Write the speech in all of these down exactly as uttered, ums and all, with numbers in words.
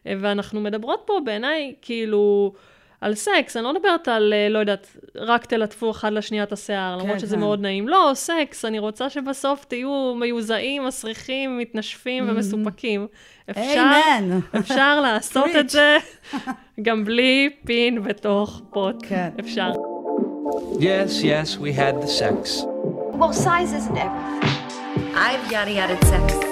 ואנחנו מדברות פה בעיניי, כאילו, על סקס, אני לא מדברת על, לא יודעת, רק תלטפו אחד לשנייה את השיער, למרות שזה מאוד נעים. לא, סקס, אני רוצה שבסוף תהיו מיוזעים, מסריחים, מתנשפים ומסופקים. אפשר, אפשר לעשות את זה גם בלי פין בתוך פוט. אפשר. Yes, yes, we had the sex. Well, size isn't everything. I've yada yada sex.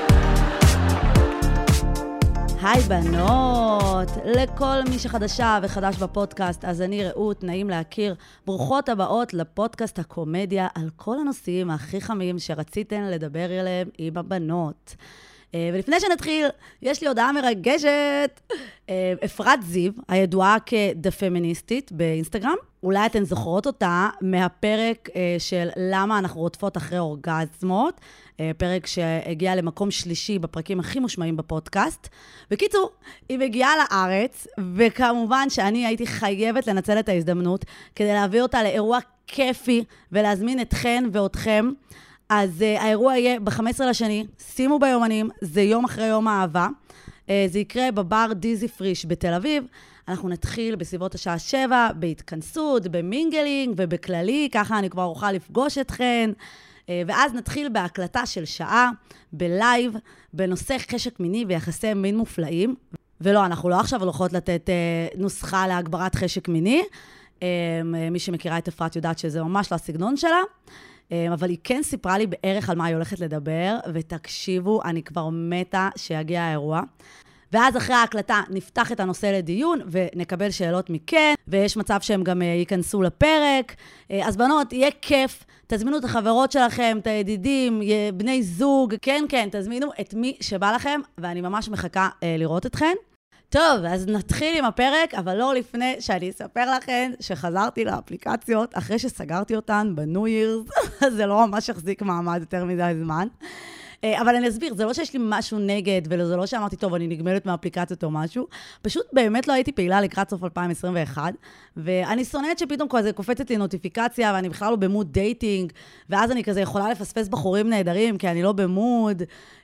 היי בנות, לכל מי שחדשה וחדש בפודקאסט, אז אני רעות, נעים להכיר. ברוכות הבאות לפודקאסט הקומדיה על כל הנושאים הכי חמים שרציתן לדבר עליהם עם הבנות. ולפני שנתחיל, יש לי הודעה מרגשת. אפרת זיו, הידועה כדה פמיניסטית באינסטגרם, אולי אתן זוכרות אותה מהפרק של למה אנחנו רודפות אחרי אורגזמות, פרק שהגיע למקום שלישי בפרקים הכי מושמעים בפודקאסט. בקיצור, היא מגיעה לארץ, וכמובן שאני הייתי חייבת לנצל את ההזדמנות כדי להביא אותה לאירוע כיפי ולהזמין אתכן ואתכם. אז uh, האירוע יהיה ב-חמישה עשר לשני, שימו ביומנים, זה יום אחרי יום האהבה. Uh, זה יקרה בבר דיזי פריש בתל אביב. אנחנו נתחיל בסביבות השעה שבע, בהתכנסות, במינגלינג ובכללי, ככה אני כבר אוכל לפגוש אתכן. Uh, ואז נתחיל בהקלטה של שעה, בלייב, בנושא חשק מיני ויחסי מין מופלאים. ולא, אנחנו לא עכשיו הולכות לתת uh, נוסחה להגברת חשק מיני. Uh, מי שמכירה את אפרת יודעת שזה ממש לא הסגנון שלה. אבל היא כן סיפרה לי בערך על מה היא הולכת לדבר, ותקשיבו, אני כבר מתה שיגיע האירוע. ואז אחרי ההקלטה נפתח את הנושא לדיון, ונקבל שאלות מכן, ויש מצב שהם גם ייכנסו לפרק. אז בנות, יהיה כיף, תזמינו את החברות שלכם, את הידידים, בני זוג, כן, כן, תזמינו את מי שבא לכם, ואני ממש מחכה לראות אתכן. טוב, אז נתחיל עם הפרק, אבל לא לפני שאני אספר לכם שחזרתי לאפליקציות, אחרי שסגרתי אותן בניו ירס, זה לא ממש החזיק מעמד יותר מדי זמן. אבל אני אסביר, זה לא שיש לי משהו נגד, וזה לא שאמרתי, טוב, אני נגמלת מהאפליקציות או משהו, פשוט באמת לא הייתי פעילה לקראת סוף אלפיים עשרים ואחת, ואני שונאת שפתאום כזה קופצת לי נוטיפיקציה, ואני בכלל לא במוד דייטינג, ואז אני כזה יכולה לפספס בחורים נהדרים, כי אני לא במוד.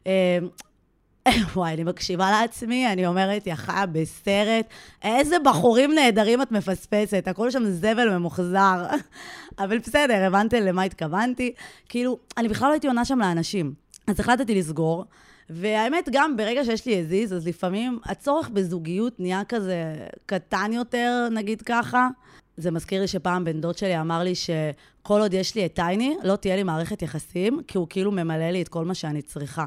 וואי, אני מקשיבה לעצמי, אני אומרת, יחיה בסרט, איזה בחורים נהדרים את מפספסת, הכל שם זבל ממוחזר. אבל בסדר, הבנתם למה התכוונתי. כאילו, אני בכלל לא הייתי עונה שם לאנשים. אז החלטתי לסגור, והאמת גם ברגע שיש לי הזיז, אז לפעמים הצורך בזוגיות נהיה כזה קטן יותר, נגיד ככה. זה מזכיר לי שפעם בן דוד שלי אמר לי שכל עוד יש לי את טייני, לא תהיה לי מערכת יחסים, כי הוא כאילו ממלא לי את כל מה שאני צריכה.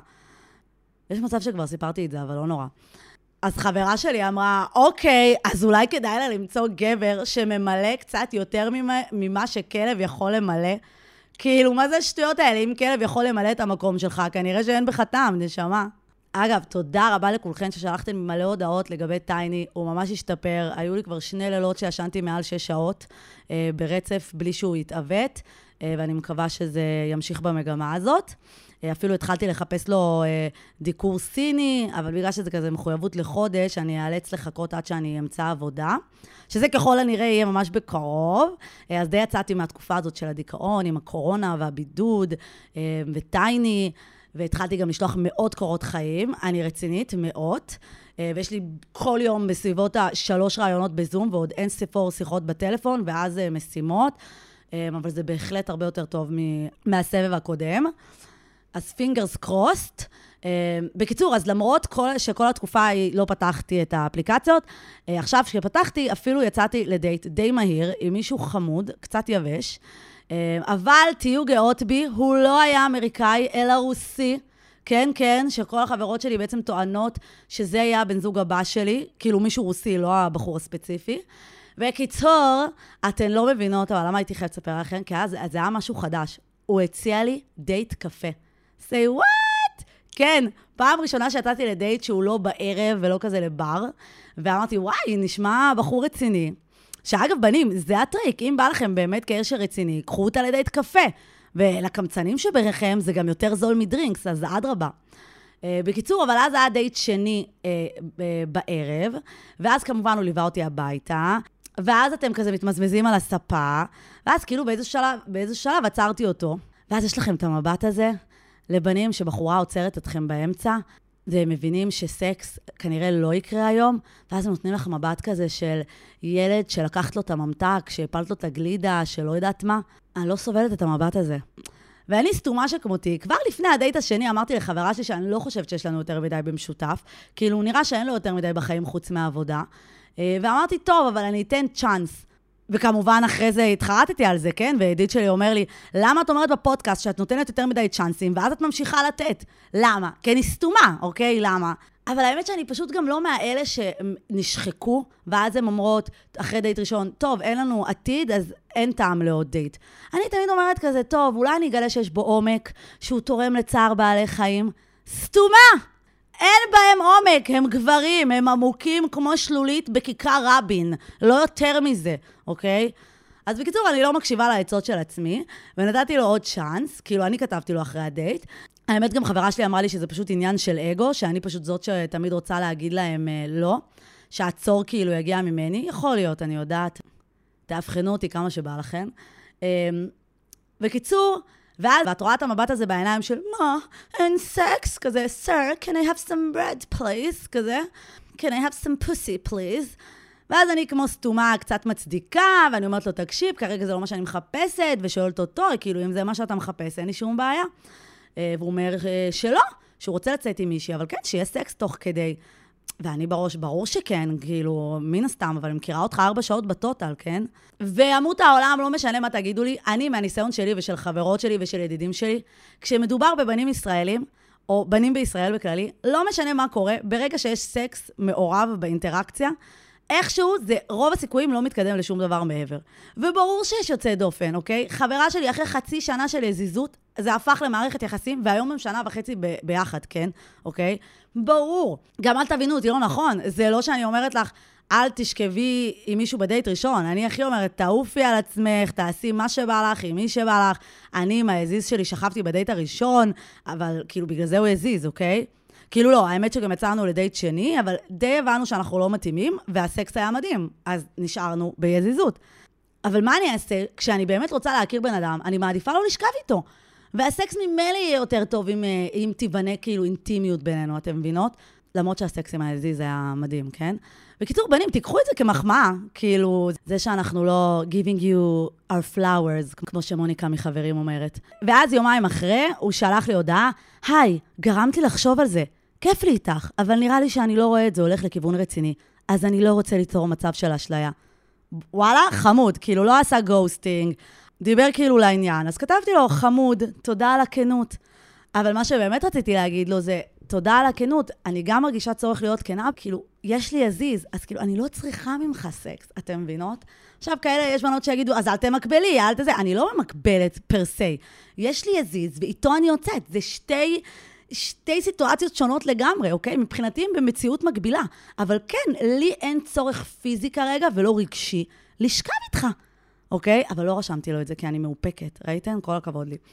יש מצב שכבר סיפרתי את זה, אבל לא נורא. אז חברה שלי אמרה, אוקיי, אז אולי כדאי לה למצוא גבר שממלא קצת יותר ממה, ממה שכלב יכול למלא. כאילו, מה זה השטויות האלה? אם כלב יכול למלא את המקום שלך, כנראה שאין בך טעם, נשמה. אגב, תודה רבה לכולכן ששלחתם מלא הודעות לגבי טייני, הוא ממש השתפר. היו לי כבר שני לילות שישנתי מעל שש שעות אה, ברצף בלי שהוא יתעוות, אה, ואני מקווה שזה ימשיך במגמה הזאת. אפילו התחלתי לחפש לו אה, דיקור סיני, אבל בגלל שזה כזה מחויבות לחודש, אני אאלץ לחכות עד שאני אמצא עבודה, שזה ככל הנראה יהיה ממש בקרוב. אה, אז די יצאתי מהתקופה הזאת של הדיכאון, עם הקורונה והבידוד אה, וטייני, והתחלתי גם לשלוח מאות קורות חיים, אני רצינית, מאות, אה, ויש לי כל יום בסביבות השלוש רעיונות בזום, ועוד אין ספור שיחות בטלפון, ואז אה, משימות, אה, אבל זה בהחלט הרבה יותר טוב מהסבב הקודם. אז fingers crossed. Uh, בקיצור, אז למרות כל, שכל התקופה היא לא פתחתי את האפליקציות, uh, עכשיו שפתחתי, אפילו יצאתי לדייט די מהיר, עם מישהו חמוד, קצת יבש, uh, אבל תהיו גאות בי, הוא לא היה אמריקאי, אלא רוסי, כן, כן, שכל החברות שלי בעצם טוענות שזה היה הבן זוג הבא שלי, כאילו מישהו רוסי, לא הבחור הספציפי. בקיצור, אתן לא מבינות, אבל למה הייתי חייבת לספר לכם? כי אז זה היה משהו חדש. הוא הציע לי דייט קפה. say what? כן, פעם ראשונה שיצאתי לדייט שהוא לא בערב ולא כזה לבר, ואמרתי, וואי, נשמע בחור רציני. שאגב, בנים, זה הטריק, אם בא לכם באמת קשר רציני, קחו אותה לדייט קפה, ולקמצנים שברכם זה גם יותר זול מדרינקס, אז אדרבה. בקיצור, אבל אז היה דייט שני בערב, ואז כמובן הוא ליווה אותי הביתה, ואז אתם כזה מתמזמזים על הספה, ואז כאילו באיזה שלב, באיזה שלב עצרתי אותו, ואז יש לכם את המבט הזה, לבנים שבחורה עוצרת אתכם באמצע, זה מבינים שסקס כנראה לא יקרה היום, ואז הם נותנים לך מבט כזה של ילד שלקחת לו את הממתק, שהפלת לו את הגלידה, שלא יודעת מה. אני לא סובלת את המבט הזה. ואני סתומה שכמותי, כבר לפני הדייט השני אמרתי לחברה שלי שאני לא חושבת שיש לנו יותר מדי במשותף, כאילו נראה שאין לו יותר מדי בחיים חוץ מהעבודה, ואמרתי, טוב, אבל אני אתן צ'אנס. וכמובן אחרי זה התחרטתי על זה, כן? וידיד שלי אומר לי, למה את אומרת בפודקאסט שאת נותנת יותר מדי צ'אנסים, ואז את ממשיכה לתת? למה? כי אני סתומה, אוקיי? למה? אבל האמת שאני פשוט גם לא מהאלה שנשחקו, ואז הן אומרות, אחרי דייט ראשון, טוב, אין לנו עתיד, אז אין טעם לעוד דייט. אני תמיד אומרת כזה, טוב, אולי אני אגלה שיש בו עומק, שהוא תורם לצער בעלי חיים. סתומה! אין בהם עומק, הם גברים, הם עמוקים כמו שלולית בכיכר רבין, לא יותר מזה, אוקיי? אז בקיצור, אני לא מקשיבה לעצות של עצמי, ונתתי לו עוד צ'אנס, כאילו אני כתבתי לו אחרי הדייט. האמת גם חברה שלי אמרה לי שזה פשוט עניין של אגו, שאני פשוט זאת שתמיד רוצה להגיד להם לא, שהצור כאילו יגיע ממני, יכול להיות, אני יודעת, תאבחנו אותי כמה שבא לכם. בקיצור, ואז, ואת רואה את המבט הזה בעיניים של, מה, אין סקס? כזה, sir, can I have some bread, please? כזה, can I have some pussy, please? ואז אני כמו סתומה קצת מצדיקה, ואני אומרת לו, תקשיב, כרגע זה לא מה שאני מחפשת, ושואלת אותו, כאילו, אם זה מה שאתה מחפש, אין לי שום בעיה. והוא אומר שלא, שהוא רוצה לצאת עם מישהי, אבל כן, שיהיה סקס תוך כדי. ואני בראש, ברור שכן, כאילו, מן הסתם, אבל אני מכירה אותך ארבע שעות בטוטל, כן? ועמות העולם, לא משנה מה תגידו לי, אני מהניסיון שלי ושל חברות שלי ושל ידידים שלי, כשמדובר בבנים ישראלים, או בנים בישראל בכללי, לא משנה מה קורה, ברגע שיש סקס מעורב באינטראקציה, איכשהו זה, רוב הסיכויים לא מתקדם לשום דבר מעבר. וברור שיש יוצא דופן, אוקיי? חברה שלי אחרי חצי שנה של הזיזות, זה הפך למערכת יחסים, והיום הם שנה וחצי ב- ביחד, כן? אוקיי? ברור. גם אל תבינו אותי, לא נכון. זה לא שאני אומרת לך, אל תשכבי עם מישהו בדייט ראשון. אני הכי אומרת, תעופי על עצמך, תעשי מה שבא לך, עם מי שבא לך. אני עם ההזיז שלי שכבתי בדייט הראשון, אבל כאילו בגלל זה הוא הזיז, אוקיי? כאילו לא, האמת שגם יצאנו לדייט שני, אבל די הבנו שאנחנו לא מתאימים, והסקס היה מדהים, אז נשארנו ביזיזות. אבל מה אני אעשה? כשאני באמת רוצה להכיר בן אדם, אני מעדיפה לא לשכב איתו. והסקס ממילא יהיה יותר טוב אם, אם תיבנה כאילו אינטימיות בינינו, אתם מבינות? למרות שהסקס עם ההזיז היה מדהים, כן? בקיצור, בנים, תיקחו את זה כמחמאה, כאילו, זה שאנחנו לא giving you our flowers, כמו שמוניקה מחברים אומרת. ואז יומיים אחרי, הוא שלח לי הודעה, היי, גרמתי לחשוב על זה, כיף לי איתך, אבל נראה לי שאני לא רואה את זה הולך לכיוון רציני, אז אני לא רוצה ליצור מצב של אשליה. וואלה, חמוד, כאילו לא עשה גוסטינג, דיבר כאילו לעניין, אז כתבתי לו, חמוד, תודה על הכנות. אבל מה שבאמת רציתי להגיד לו זה, תודה על הכנות, אני גם מרגישה צורך להיות כנה, כאילו, יש לי עזיז, אז כאילו, אני לא צריכה ממך סקס, אתם מבינות? עכשיו, כאלה, יש בנות שיגידו, אז אל תמקבלי, אל תזה, אני לא ממקבלת פר סי. יש לי עזיז, ואיתו אני יוצאת, זה שתי, שתי סיטואציות שונות לגמרי, אוקיי? מבחינתי הם במציאות מקבילה, אבל כן, לי אין צורך פיזי כרגע, ולא רגשי, לשכב איתך, אוקיי? אבל לא רשמתי לו את זה, כי אני מאופקת, ראיתם? כל הכבוד לי.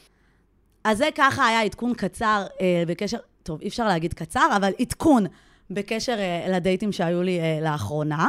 אז זה ככה היה עדכון קצר אה, בקשר, טוב, אי אפשר להגיד קצר, אבל עדכון בקשר אה, לדייטים שהיו לי אה, לאחרונה.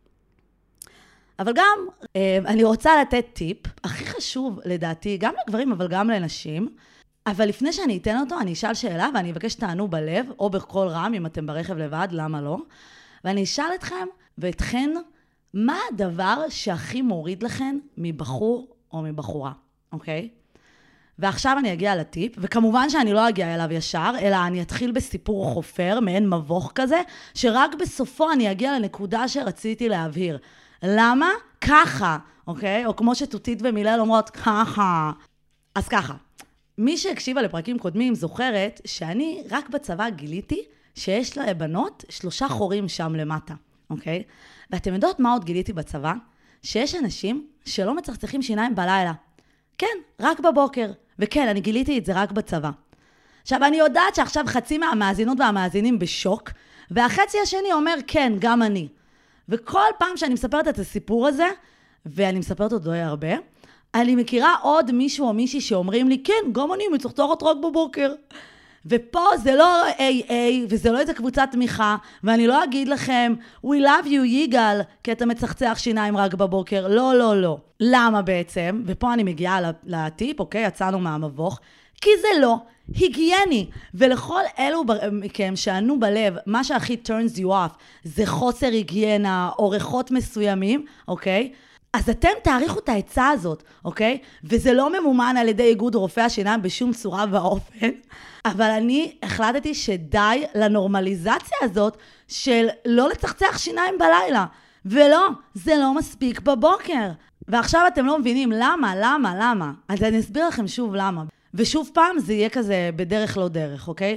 אבל גם, אה, אני רוצה לתת טיפ, הכי חשוב לדעתי, גם לגברים אבל גם לנשים, אבל לפני שאני אתן אותו, אני אשאל שאלה ואני אבקש תענו בלב, או בכל רם, אם אתם ברכב לבד, למה לא? ואני אשאל אתכם ואתכן, מה הדבר שהכי מוריד לכן מבחור או מבחורה, אוקיי? ועכשיו אני אגיע לטיפ, וכמובן שאני לא אגיע אליו ישר, אלא אני אתחיל בסיפור חופר, מעין מבוך כזה, שרק בסופו אני אגיע לנקודה שרציתי להבהיר. למה? ככה, אוקיי? או כמו שטוטית ומילל אומרות, ככה. אז ככה, מי שהקשיבה לפרקים קודמים זוכרת שאני רק בצבא גיליתי שיש לבנות שלושה חורים שם למטה, אוקיי? ואתם יודעות מה עוד גיליתי בצבא? שיש אנשים שלא מצחצחים שיניים בלילה. כן, רק בבוקר. וכן, אני גיליתי את זה רק בצבא. עכשיו, אני יודעת שעכשיו חצי מהמאזינות והמאזינים בשוק, והחצי השני אומר, כן, גם אני. וכל פעם שאני מספרת את הסיפור הזה, ואני מספרת אותו די הרבה, אני מכירה עוד מישהו או מישהי שאומרים לי, כן, גם אני מצחצחת רק בבוקר. ופה זה לא איי איי, וזה לא איזה קבוצת תמיכה, ואני לא אגיד לכם, we love you יגאל, כי אתה מצחצח שיניים רק בבוקר. לא, לא, לא. למה בעצם? ופה אני מגיעה לטיפ, אוקיי? יצאנו מהמבוך. כי זה לא היגייני, ולכל אלו מכם שענו בלב, מה שהכי turns you off, זה חוסר היגיינה, או ריחות מסוימים, אוקיי? אז אתם תאריכו את ההצעה הזאת, אוקיי? וזה לא ממומן על ידי איגוד רופאי השיניים בשום צורה ואופן, אבל אני החלטתי שדי לנורמליזציה הזאת של לא לצחצח שיניים בלילה, ולא, זה לא מספיק בבוקר. ועכשיו אתם לא מבינים למה, למה, למה. אז אני אסביר לכם שוב למה. ושוב פעם זה יהיה כזה בדרך לא דרך, אוקיי?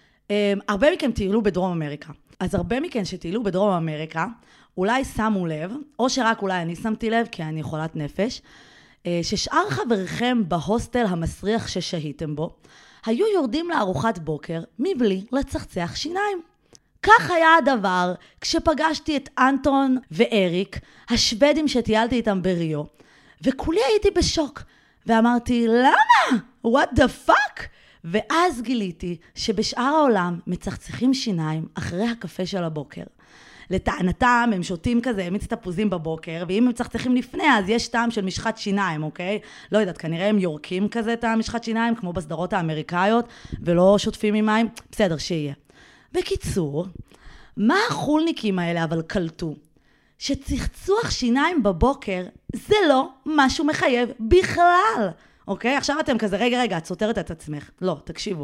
הרבה מכם תהילו בדרום אמריקה. אז הרבה מכם שתהילו בדרום אמריקה, אולי שמו לב, או שרק אולי אני שמתי לב, כי אני חולת נפש, ששאר חבריכם בהוסטל המסריח ששהיתם בו, היו יורדים לארוחת בוקר מבלי לצחצח שיניים. כך היה הדבר כשפגשתי את אנטון ואריק, השוודים שטיילתי איתם בריו, וכולי הייתי בשוק, ואמרתי, למה? What the fuck? ואז גיליתי שבשאר העולם מצחצחים שיניים אחרי הקפה של הבוקר. לטענתם הם שותים כזה מיץ תפוזים בבוקר, ואם הם מצחצחים לפני אז יש טעם של משחת שיניים, אוקיי? לא יודעת, כנראה הם יורקים כזה את המשחת שיניים, כמו בסדרות האמריקאיות, ולא שוטפים עם מים, בסדר, שיהיה. בקיצור, מה החולניקים האלה אבל קלטו? שצחצוח שיניים בבוקר זה לא משהו מחייב בכלל, אוקיי? עכשיו אתם כזה, רגע, רגע, את סותרת את עצמך. לא, תקשיבו.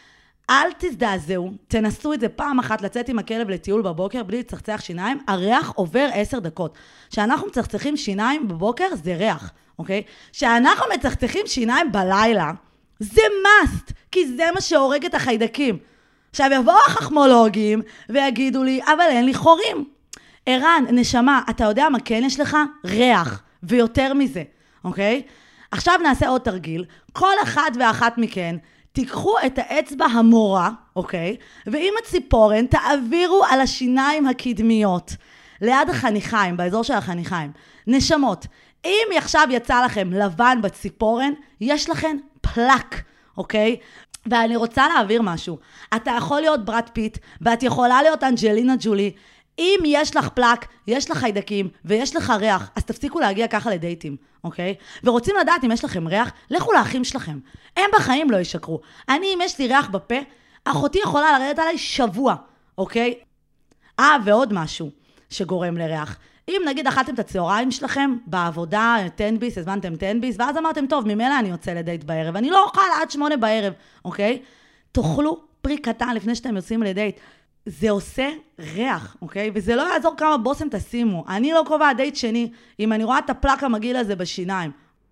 אל תזדעזעו, תנסו את זה פעם אחת לצאת עם הכלב לטיול בבוקר בלי לצחצח שיניים, הריח עובר עשר דקות. כשאנחנו מצחצחים שיניים בבוקר זה ריח, אוקיי? כשאנחנו מצחצחים שיניים בלילה, זה must, כי זה מה שהורג את החיידקים. עכשיו יבואו החכמולוגים ויגידו לי, אבל אין לי חורים. ערן, נשמה, אתה יודע מה כן יש לך? ריח, ויותר מזה, אוקיי? עכשיו נעשה עוד תרגיל, כל אחד ואחת מכן, תיקחו את האצבע המורה, אוקיי? ועם הציפורן תעבירו על השיניים הקדמיות, ליד החניכיים, באזור של החניכיים. נשמות, אם עכשיו יצא לכם לבן בציפורן, יש לכם פלק, אוקיי? ואני רוצה להעביר משהו. אתה יכול להיות ברד פיט, ואת יכולה להיות אנג'לינה ג'ולי. אם יש לך פלק, יש לך חיידקים, ויש לך ריח, אז תפסיקו להגיע ככה לדייטים, אוקיי? ורוצים לדעת אם יש לכם ריח, לכו לאחים שלכם. הם בחיים לא ישקרו. אני, אם יש לי ריח בפה, אחותי יכולה לרדת עליי שבוע, אוקיי? אה, ועוד משהו שגורם לריח. אם נגיד אכלתם את הצהריים שלכם בעבודה, תן ביס, הזמנתם תן ביס, ואז אמרתם, טוב, ממילא אני יוצא לדייט בערב, אני לא אוכל עד שמונה בערב, אוקיי? תאכלו פרי קטן לפני שאתם יוצאים לדייט. זה עושה ריח, אוקיי? וזה לא יעזור כמה בוסם תשימו. אני לא קובע דייט שני, אם אני רואה את הפלק המגעיל הזה בשיניים.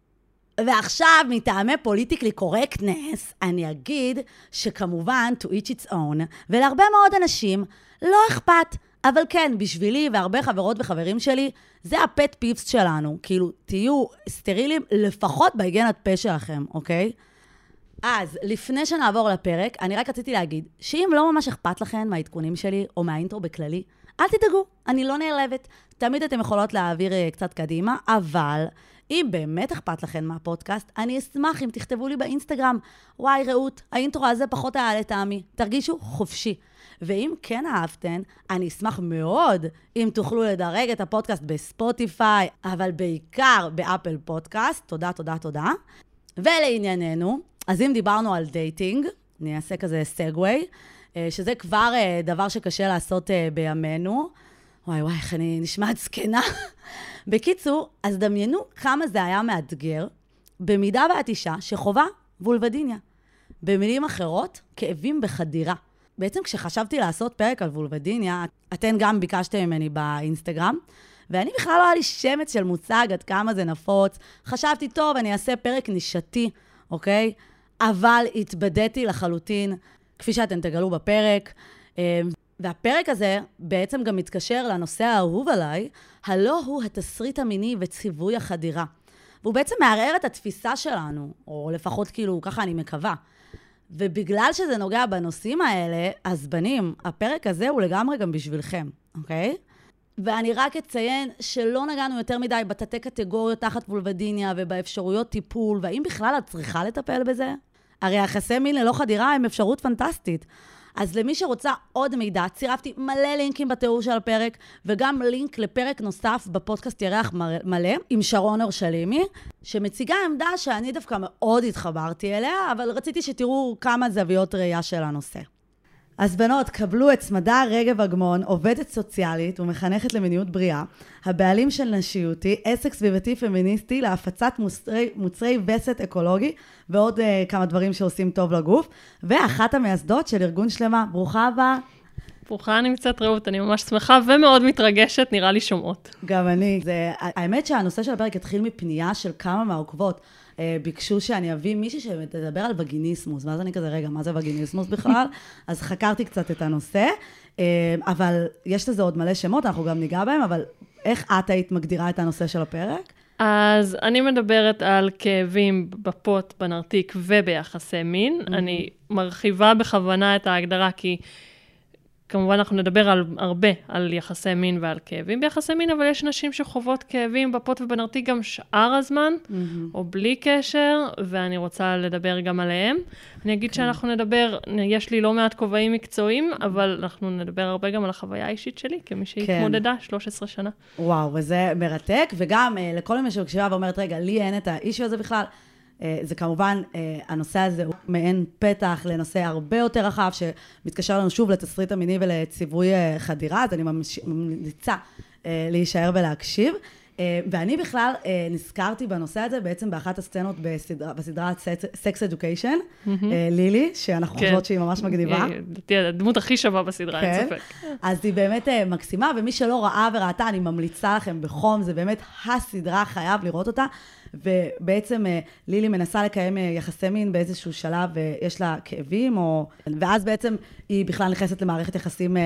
ועכשיו, מטעמי פוליטיקלי קורקטנס, אני אגיד שכמובן, to each its own, ולהרבה מאוד אנשים לא אכפת, אבל כן, בשבילי והרבה חברות וחברים שלי, זה הפט פיפס שלנו. כאילו, תהיו סטרילים לפחות בהיגיינת פה שלכם, אוקיי? אז, לפני שנעבור לפרק, אני רק רציתי להגיד, שאם לא ממש אכפת לכם מהעדכונים שלי, או מהאינטרו בכללי, אל תדאגו, אני לא נעלבת. תמיד אתם יכולות להעביר קצת קדימה, אבל אם באמת אכפת לכם מהפודקאסט, אני אשמח אם תכתבו לי באינסטגרם, וואי רעות, האינטרו הזה פחות היה לטעמי, תרגישו חופשי. ואם כן אהבתן, אני אשמח מאוד אם תוכלו לדרג את הפודקאסט בספוטיפיי, אבל בעיקר באפל פודקאסט, תודה, תודה, תודה. ולענייננו, אז אם דיברנו על דייטינג, אני אעשה כזה סגווי, שזה כבר דבר שקשה לעשות בימינו. וואי וואי, איך אני נשמעת זקנה. בקיצור, אז דמיינו כמה זה היה מאתגר, במידה ואת אישה שחובה וולבדיניה. במילים אחרות, כאבים בחדירה. בעצם כשחשבתי לעשות פרק על וולבדיניה, אתן גם ביקשתם ממני באינסטגרם, ואני בכלל לא היה לי שמץ של מושג עד כמה זה נפוץ. חשבתי, טוב, אני אעשה פרק נישתי, אוקיי? אבל התבדיתי לחלוטין, כפי שאתם תגלו בפרק. והפרק הזה בעצם גם מתקשר לנושא האהוב עליי, הלא הוא התסריט המיני וציווי החדירה. והוא בעצם מערער את התפיסה שלנו, או לפחות כאילו, ככה אני מקווה. ובגלל שזה נוגע בנושאים האלה, אז בנים, הפרק הזה הוא לגמרי גם בשבילכם, אוקיי? ואני רק אציין שלא נגענו יותר מדי בתתי קטגוריות תחת וולבדיניה ובאפשרויות טיפול, והאם בכלל את צריכה לטפל בזה? הרי יחסי מין ללא חדירה הם אפשרות פנטסטית. אז למי שרוצה עוד מידע, צירפתי מלא לינקים בתיאור של הפרק, וגם לינק לפרק נוסף בפודקאסט ירח מלא, עם שרון אורשלימי, שמציגה עמדה שאני דווקא מאוד התחברתי אליה, אבל רציתי שתראו כמה זוויות ראייה של הנושא. אז בנות, קבלו את סמדר רגב אגמון, עובדת סוציאלית ומחנכת למיניות בריאה, הבעלים של נשיותי, עסק סביבתי פמיניסטי להפצת מוצרי, מוצרי וסת אקולוגי, ועוד uh, כמה דברים שעושים טוב לגוף, ואחת המייסדות של ארגון שלמה. ברוכה הבאה. ברוכה נמצאת רעות, אני ממש שמחה ומאוד מתרגשת, נראה לי שומעות. גם אני. זה, האמת שהנושא של הפרק התחיל מפנייה של כמה מהעוקבות, ביקשו שאני אביא מישהי שתדבר על וגיניסמוס, ואז אני כזה, רגע, מה זה וגיניסמוס בכלל? אז חקרתי קצת את הנושא, אבל יש לזה עוד מלא שמות, אנחנו גם ניגע בהם, אבל איך את היית מגדירה את הנושא של הפרק? אז אני מדברת על כאבים בפות, בנרתיק וביחסי מין. Mm-hmm. אני מרחיבה בכוונה את ההגדרה, כי כמובן אנחנו נדבר על, הרבה על יחסי מין ועל כאבים ביחסי מין, אבל יש נשים שחוות כאבים בפות ובנרתיק גם שאר הזמן, mm-hmm. או בלי קשר, ואני רוצה לדבר גם עליהם. אני אגיד okay. שאנחנו נדבר, יש לי לא מעט כובעים מקצועיים, אבל אנחנו נדבר הרבה גם על החוויה האישית שלי, כמי שהתמודדה okay. שלוש עשרה שנה. וואו, וזה מרתק, וגם uh, לכל מי שמקשיבה ואומרת, רגע, לי אין את האישו הזה בכלל, זה כמובן, הנושא הזה הוא מעין פתח לנושא הרבה יותר רחב, שמתקשר לנו שוב לתסריט המיני ולציווי חדירה, אז אני ממליצה להישאר ולהקשיב. ואני בכלל נזכרתי בנושא הזה בעצם באחת הסצנות בסדרה, בסדרה Sex Education, לילי, שאנחנו חושבות שהיא ממש מגניבה. הדמות הכי שווה בסדרה, אין ספק. אז היא באמת מקסימה, ומי שלא ראה וראתה, אני ממליצה לכם בחום, זה באמת הסדרה, חייב לראות אותה. ובעצם לילי מנסה לקיים יחסי מין באיזשהו שלב, ויש לה כאבים, או... ואז בעצם היא בכלל נכנסת למערכת יחסים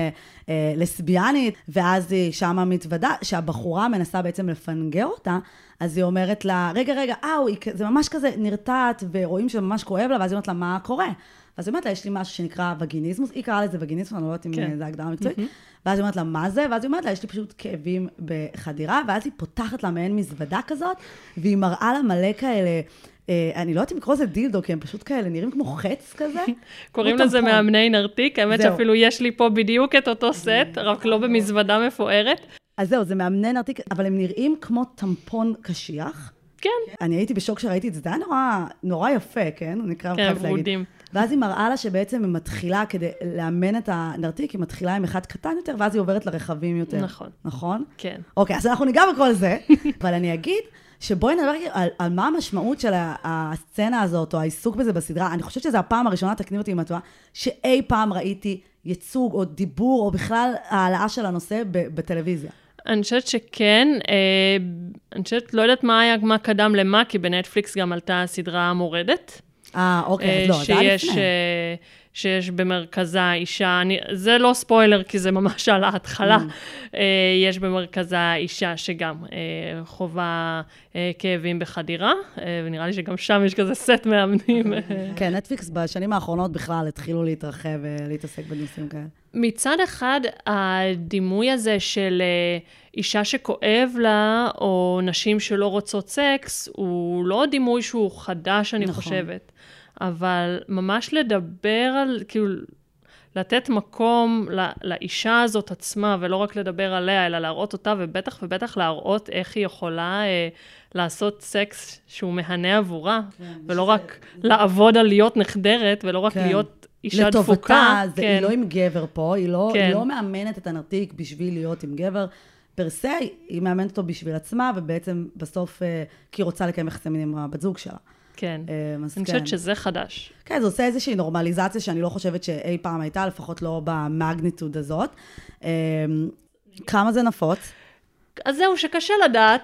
לסביאנית, ואז היא שמה מתוודה, שהבחורה מנסה בעצם לפנגר אותה, אז היא אומרת לה, רגע, רגע, אהו, זה ממש כזה נרתעת, ורואים שממש כואב לה, ואז היא אומרת לה, מה קורה? ואז היא אומרת לה, יש לי משהו שנקרא וגיניזמוס, היא קראה לזה וגיניזמוס, אני לא יודעת אם זה הגדרה מקצועית, ואז היא אומרת לה, מה זה? ואז היא אומרת לה, יש לי פשוט כאבים בחדירה, ואז היא פותחת לה מעין מזוודה כזאת, והיא מראה לה מלא כאלה, אני לא יודעת אם לקרוא זה דילדו, כי הם פשוט כאלה נראים כמו חץ כזה. קוראים לזה מאמני נרתיק, האמת שאפילו יש לי פה בדיוק את אותו סט, רק לא במזוודה מפוארת. אז זהו, זה מאמני נרתיק, אבל הם נראים כמו טמפון קשיח. כן. אני הייתי בשוק שראיתי את זה, זה היה נורא, נורא יפה, כן? נקרא כן, ורודים. ואז היא מראה לה שבעצם היא מתחילה, כדי לאמן את הנרתיק, היא מתחילה עם אחד קטן יותר, ואז היא עוברת לרחבים יותר. נכון. נכון? כן. אוקיי, אז אנחנו ניגע בכל זה, אבל אני אגיד שבואי נדבר על, על מה המשמעות של הסצנה הזאת, או העיסוק בזה בסדרה. אני חושבת שזו הפעם הראשונה, תקני אותי עם התואר, שאי פעם ראיתי ייצוג או דיבור, או בכלל העלאה של הנושא בטלוויזיה. אני חושבת שכן, אני חושבת, לא יודעת מה היה, מה קדם למה, כי בנטפליקס גם עלתה הסדרה המורדת. אה, אוקיי, לא, זה היה לפני. שיש במרכזה אישה, אני, זה לא ספוילר, כי זה ממש על ההתחלה, mm. יש במרכזה אישה שגם חובה כאבים בחדירה, ונראה לי שגם שם יש כזה סט מאמנים. כן, נטפליקס בשנים האחרונות בכלל התחילו להתרחב ולהתעסק בנושאים כאלה. מצד אחד, הדימוי הזה של אישה שכואב לה, או נשים שלא רוצות סקס, הוא לא דימוי שהוא חדש, אני נכון. חושבת. אבל ממש לדבר על, כאילו, לתת מקום לא, לאישה הזאת עצמה, ולא רק לדבר עליה, אלא להראות אותה, ובטח ובטח להראות איך היא יכולה אה, לעשות סקס שהוא מהנה עבורה, כן, ולא רק ש... לעבוד על להיות נחדרת, ולא רק כן. להיות אישה לטובתה, דפוקה. לטובתה, כן. היא לא עם גבר פה, היא לא, כן. היא לא מאמנת את הנרתיק בשביל להיות עם גבר, פרסה, היא מאמנת אותו בשביל עצמה, ובעצם בסוף, אה, כי היא רוצה לקיים יחסי מין עם הבת זוג שלה. כן, אני חושבת שזה חדש. כן, זה עושה איזושהי נורמליזציה שאני לא חושבת שאי פעם הייתה, לפחות לא במגניטוד הזאת. כמה זה נפוץ? אז זהו, שקשה לדעת.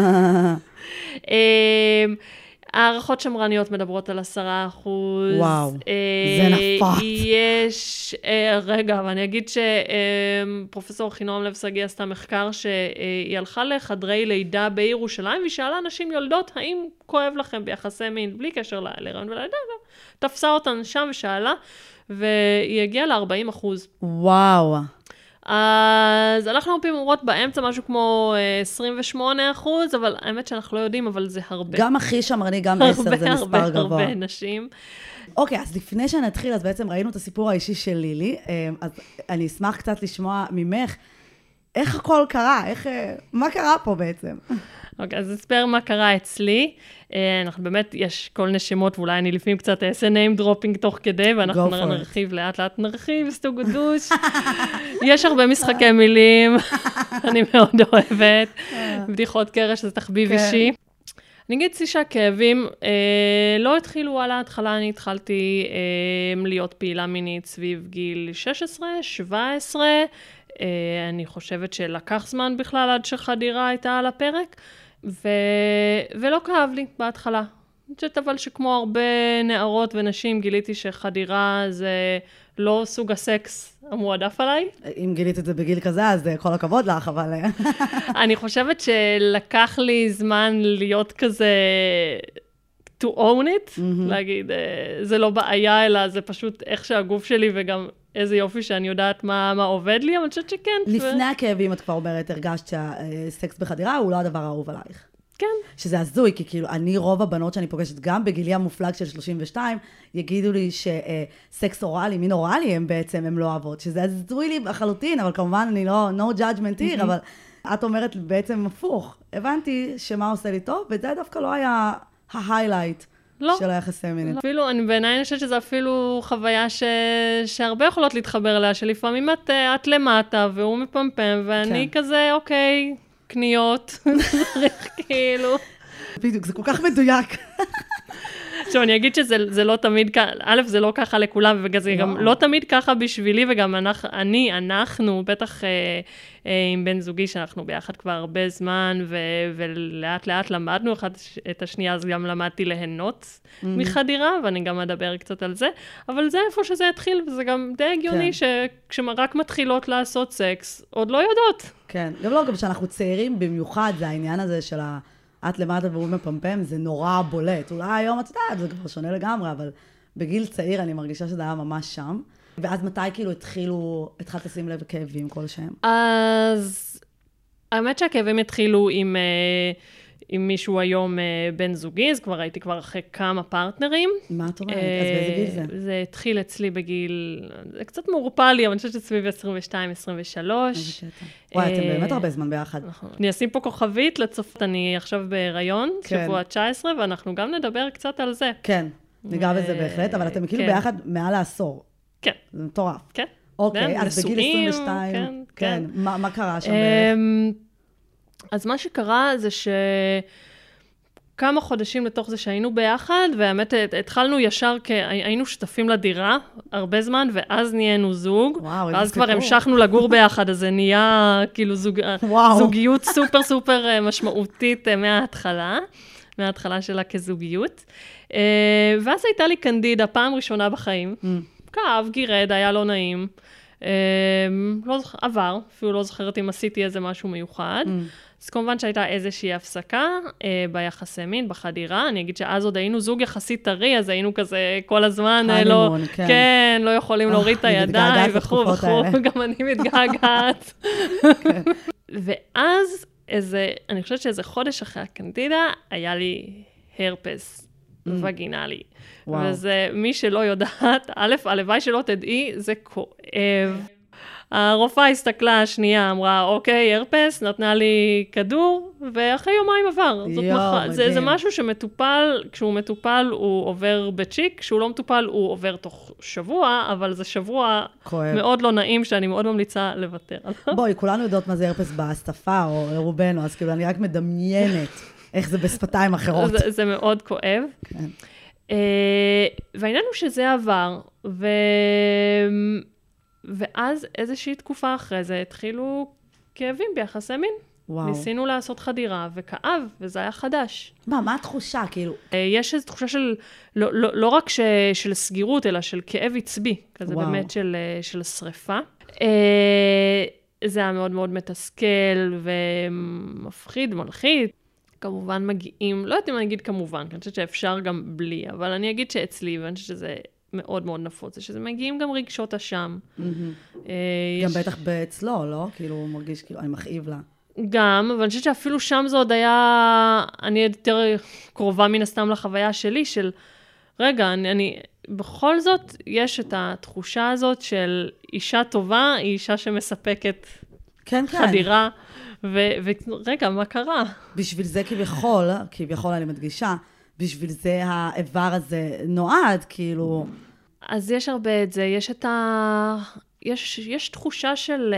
הערכות שמרניות מדברות על עשרה אחוז. וואו, זה נפוץ. יש, רגע, ואני אגיד שפרופסור חינום לב סגי עשתה מחקר שהיא הלכה לחדרי לידה בירושלים, והיא שאלה אנשים יולדות, האם כואב לכם ביחסי מין, בלי קשר להיריון וללידה, תפסה אותן שם ושאלה, והיא הגיעה ל-ארבעים אחוז. וואו. אז אנחנו הרבה אומרות באמצע משהו כמו עשרים ושמונה אחוז, אבל האמת שאנחנו לא יודעים, אבל זה הרבה. גם הכי שמרני, גם עשר זה מספר גבוה. הרבה, הרבה, הרבה נשים. אוקיי, אז לפני שנתחיל, אז בעצם ראינו את הסיפור האישי של לילי, אז אני אשמח קצת לשמוע ממך, איך הכל קרה? איך, מה קרה פה בעצם? אוקיי, אז אספר מה קרה אצלי. אנחנו באמת, יש כל נשמות, ואולי אני לפעמים קצת אעשה name dropping תוך כדי, ואנחנו נרחיב, לאט לאט נרחיב, סטוגדוש. יש הרבה משחקי מילים, אני מאוד אוהבת. בדיחות קרש, זה תחביב אישי. אני אגיד לי שהכאבים לא התחילו על ההתחלה, אני התחלתי להיות פעילה מינית סביב גיל שש עשרה, שבע עשרה, אני חושבת שלקח זמן בכלל עד שחדירה הייתה על הפרק, ו... ולא כאב לי בהתחלה. אני חושבת אבל שכמו הרבה נערות ונשים גיליתי שחדירה זה לא סוג הסקס המועדף עליי. אם גילית את זה בגיל כזה, אז כל הכבוד לך, אבל... אני חושבת שלקח לי זמן להיות כזה... to own it, mm-hmm. להגיד, זה לא בעיה, אלא זה פשוט איך שהגוף שלי וגם איזה יופי שאני יודעת מה, מה עובד לי, אבל אני חושבת שכן. לפני ו... הכאבים את כבר אומרת, הרגשת שהסקס בחדירה הוא לא הדבר האהוב עלייך. כן. שזה הזוי, כי כאילו אני רוב הבנות שאני פוגשת, גם בגילי המופלג של שלושים ושתיים, יגידו לי שסקס אוראלי, מין אוראלי הם בעצם, הם לא אוהבות, שזה הזוי לי בחלוטין, אבל כמובן אני לא, no judgment here, אבל את אומרת בעצם הפוך. הבנתי שמה עושה לי טוב, וזה דווקא לא היה ההיילייט. לא. של היחסי מינית. אפילו, אני בעיניי חושבת שזו אפילו חוויה ש... שהרבה יכולות להתחבר אליה, שלפעמים את, את למטה והוא מפמפם, ואני כן. כזה, אוקיי, קניות, צריך כאילו. בדיוק, זה כל כך מדויק. עכשיו, אני אגיד שזה זה לא תמיד ככה, א', זה לא ככה לכולם, וזה גם לא תמיד ככה בשבילי, וגם אנחנו, אני, אנחנו, בטח אה, אה, עם בן זוגי, שאנחנו ביחד כבר הרבה זמן, ו, ולאט לאט למדנו אחד את השנייה, אז גם למדתי ליהנות mm-hmm. מחדירה, ואני גם אדבר קצת על זה, אבל זה איפה שזה התחיל, וזה גם די הגיוני, כן. שכשרק מתחילות לעשות סקס, עוד לא יודעות. כן, גם לא, גם כשאנחנו צעירים במיוחד, זה העניין הזה של ה... את למטה והוא מפמפם, זה נורא בולט. אולי היום את יודעת, זה כבר שונה לגמרי, אבל בגיל צעיר אני מרגישה שזה היה ממש שם. ואז מתי כאילו התחילו, התחלת לשים לב כאבים כלשהם? אז האמת שהכאבים התחילו עם, עם מישהו היום בן זוגי, אז כבר הייתי כבר אחרי כמה פרטנרים. מה את אומרת? אז באיזה גיל זה? זה התחיל אצלי בגיל, זה קצת מעורפל לי, אבל אני חושבת שסביב עשרים ושתיים עשרים ושלוש. וואי, אתם באמת הרבה זמן ביחד. אני אשים פה כוכבית לצופת, אני עכשיו בהיריון, שבוע תשע עשרה, ואנחנו גם נדבר קצת על זה. כן, ניגע בזה בהחלט, אבל אתם כאילו ביחד מעל העשור. כן. זה מטורף. כן. אוקיי, אז בגיל עשרים ושתיים, כן, מה קרה שם בערך? אז מה שקרה זה שכמה חודשים לתוך זה שהיינו ביחד, והאמת התחלנו ישר, היינו שותפים לדירה הרבה זמן, ואז נהיינו זוג, ואז כבר המשכנו לגור ביחד, אז זה נהיה כאילו זוג, זוגיות סופר סופר משמעותית מההתחלה, מההתחלה שלה כזוגיות. ואז הייתה לי קנדידה, פעם ראשונה בחיים, כאב, גירד, היה לא נעים, לא זוכר, עבר, אפילו לא זוכרת אם עשיתי איזה משהו מיוחד, אז כמובן שהייתה איזושהי הפסקה אה, ביחסי מין, בחדירה. אני אגיד שאז עוד היינו זוג יחסית טרי, אז היינו כזה כל הזמן, לא, כן. כן, לא יכולים להוריד את הידיים וכו' וכו', גם אני מתגעגעת. כן. ואז איזה, אני חושבת שאיזה חודש אחרי הקנדידה, היה לי הרפס mm. וגינלי. וואו. וזה, מי שלא יודעת, א', הלוואי שלא תדעי, זה כואב. הרופאה הסתכלה השנייה, אמרה, אוקיי, הרפס, נתנה לי כדור, ואחרי יומיים עבר. זאת יו, מח... זה, זה משהו שמטופל, כשהוא מטופל הוא עובר בצ'יק, כשהוא לא מטופל הוא עובר תוך שבוע, אבל זה שבוע כואב. מאוד לא נעים, שאני מאוד ממליצה לוותר עליו. בואי, כולנו יודעות מה זה הרפס בשפה, או רובנו, אז כאילו אני רק מדמיינת איך זה בשפתיים אחרות. זה, זה מאוד כואב. כן. Uh, והעניין הוא שזה עבר, ו... ואז איזושהי תקופה אחרי זה התחילו כאבים ביחסי מין. וואו. ניסינו לעשות חדירה וכאב, וזה היה חדש. מה, מה התחושה, כאילו? יש איזו תחושה של, לא, לא, לא רק ש, של סגירות, אלא של כאב עצבי, כזה וואו. באמת של, של שריפה. זה היה מאוד מאוד מתסכל ומפחיד, מלחיד. כמובן מגיעים, לא יודעת אם אני אגיד כמובן, אני חושבת שאפשר גם בלי, אבל אני אגיד שאצלי, ואני חושבת שזה מאוד מאוד נפוץ, זה שזה מגיעים גם רגשות אשם. גם בטח אצלו, לא? כאילו, הוא מרגיש, כאילו, אני מכאיב לה. גם, אבל אני חושבת שאפילו שם זה עוד היה, אני יותר קרובה מן הסתם לחוויה שלי, של, רגע, אני, אני, בכל זאת, יש את התחושה הזאת של אישה טובה, היא אישה שמספקת כן, כן. חדירה, ורגע, מה קרה? בשביל זה כביכול, כביכול אני מדגישה, בשביל זה האיבר הזה נועד, כאילו... אז יש הרבה את זה, יש את ה... יש, יש תחושה של...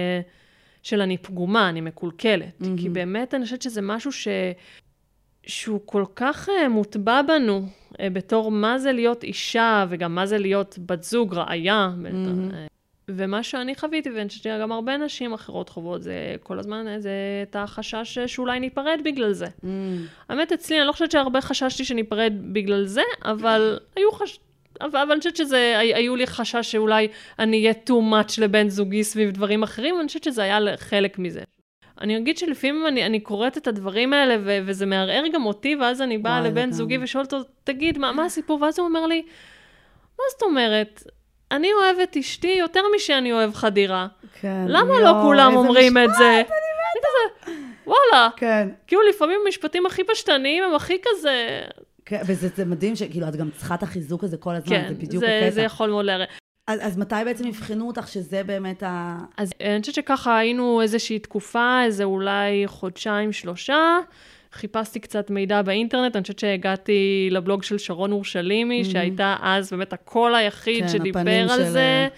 של אני פגומה, אני מקולקלת. Mm-hmm. כי באמת אני חושבת שזה משהו ש... שהוא כל כך מוטבע בנו, בתור מה זה להיות אישה, וגם מה זה להיות בת זוג, רעיה. Mm-hmm. ומה שאני חוויתי, ואני חושבת שגם הרבה נשים אחרות חוות, זה כל הזמן, זה את החשש שאולי ניפרד בגלל זה. Mm-hmm. האמת אצלי, אני לא חושבת שהרבה חששתי שניפרד בגלל זה, אבל היו חש... אבל אני חושבת שזה, היו לי חשש שאולי אני אהיה too much לבן זוגי סביב דברים אחרים, ואני חושבת שזה היה חלק מזה. אני אגיד שלפעמים אני, אני קוראת את הדברים האלה, ו- וזה מערער גם אותי, ואז אני באה לבן זוגי ושואלת אותו, תגיד, מה, מה הסיפור? ואז הוא אומר לי, מה זאת אומרת? אני אוהבת אשתי יותר משאני אוהב חדירה. כן. למה יו, לא כולם אומרים משפט, את זה? אני כזה, וואלה. כן. כאילו לפעמים המשפטים הכי פשטניים הם הכי כזה... כן, וזה זה מדהים שכאילו את גם צריכה את החיזוק הזה כל הזמן, כן, זה בדיוק זה, הקטע. זה יכול מאוד להראה. אז, אז מתי בעצם הבחנו אותך שזה באמת ה... אז אני חושבת שככה היינו איזושהי תקופה, איזה אולי חודשיים, שלושה, חיפשתי קצת מידע באינטרנט, אני חושבת שהגעתי לבלוג של שרון אורשלימי, mm-hmm. שהייתה אז באמת הקול היחיד כן, שדיבר על של... זה.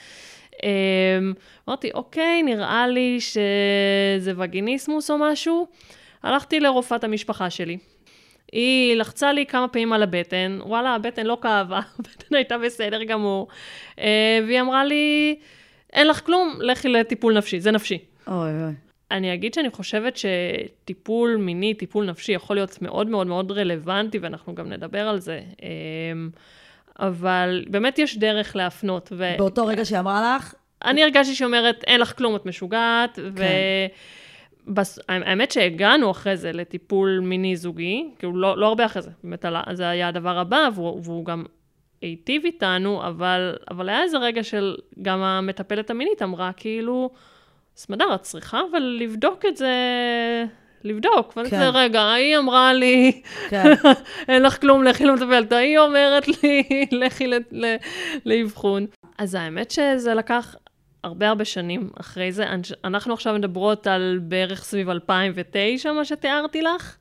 אמרתי, אוקיי, נראה לי שזה וגיניסמוס או משהו. הלכתי לרופאת המשפחה שלי. היא לחצה לי כמה פעמים על הבטן, וואלה, הבטן לא כאבה, הבטן הייתה בסדר גמור, והיא אמרה לי, אין לך כלום, לכי לטיפול נפשי, זה נפשי. אוי אוי. אני אגיד שאני חושבת שטיפול מיני, טיפול נפשי, יכול להיות מאוד מאוד מאוד רלוונטי, ואנחנו גם נדבר על זה, אבל באמת יש דרך להפנות. ו... באותו רגע שהיא אמרה לך? אני הרגשתי שאומרת, אין לך כלום, את משוגעת, כן. ו... בס... האמת שהגענו אחרי זה לטיפול מיני זוגי, כאילו לא, לא הרבה אחרי זה, באמת זה היה הדבר הבא, והוא, והוא גם היטיב איתנו, אבל, אבל היה איזה רגע של גם המטפלת המינית אמרה, כאילו, סמדר, את צריכה, אבל לבדוק את זה, לבדוק. ואני כזה, רגע, היא אמרה לי, כן. אין לך כלום, לכי למטפלת, היא אומרת לי, לכי לאבחון. אז האמת שזה לקח... הרבה הרבה שנים אחרי זה, אנחנו עכשיו מדברות על בערך סביב אלפיים ותשע, מה שתיארתי לך,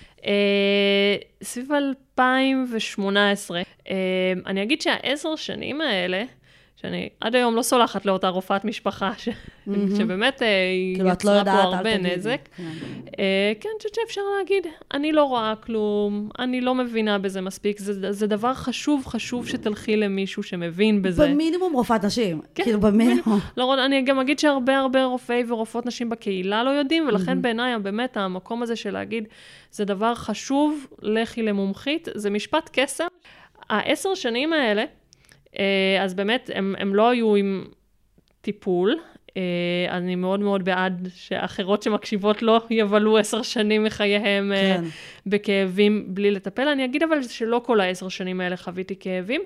סביב אלפיים ושמונה עשרה. אני אגיד שהעשר שנים האלה, שאני עד היום לא סולחת לאותה רופאת משפחה, ש... mm-hmm. שבאמת היא כאילו יצרה לא פה הרבה נזק. כן, אני חושבת שאפשר להגיד, אני לא רואה כלום, אני לא מבינה בזה מספיק, זה, זה דבר חשוב, חשוב שתלכי למישהו שמבין בזה. במינימום רופאת נשים, כן, כאילו במינימום. לא, אני גם אגיד שהרבה הרבה רופאי ורופאות נשים בקהילה לא יודעים, ולכן mm-hmm. בעיניי באמת המקום הזה של להגיד, זה דבר חשוב, לכי למומחית, זה משפט קסם. העשר שנים האלה, אז באמת, הם, הם לא היו עם טיפול, אני מאוד מאוד בעד שאחרות שמקשיבות לא יבלו עשר שנים מחייהם כן. בכאבים בלי לטפל. אני אגיד אבל שלא כל העשר שנים האלה חוויתי כאבים.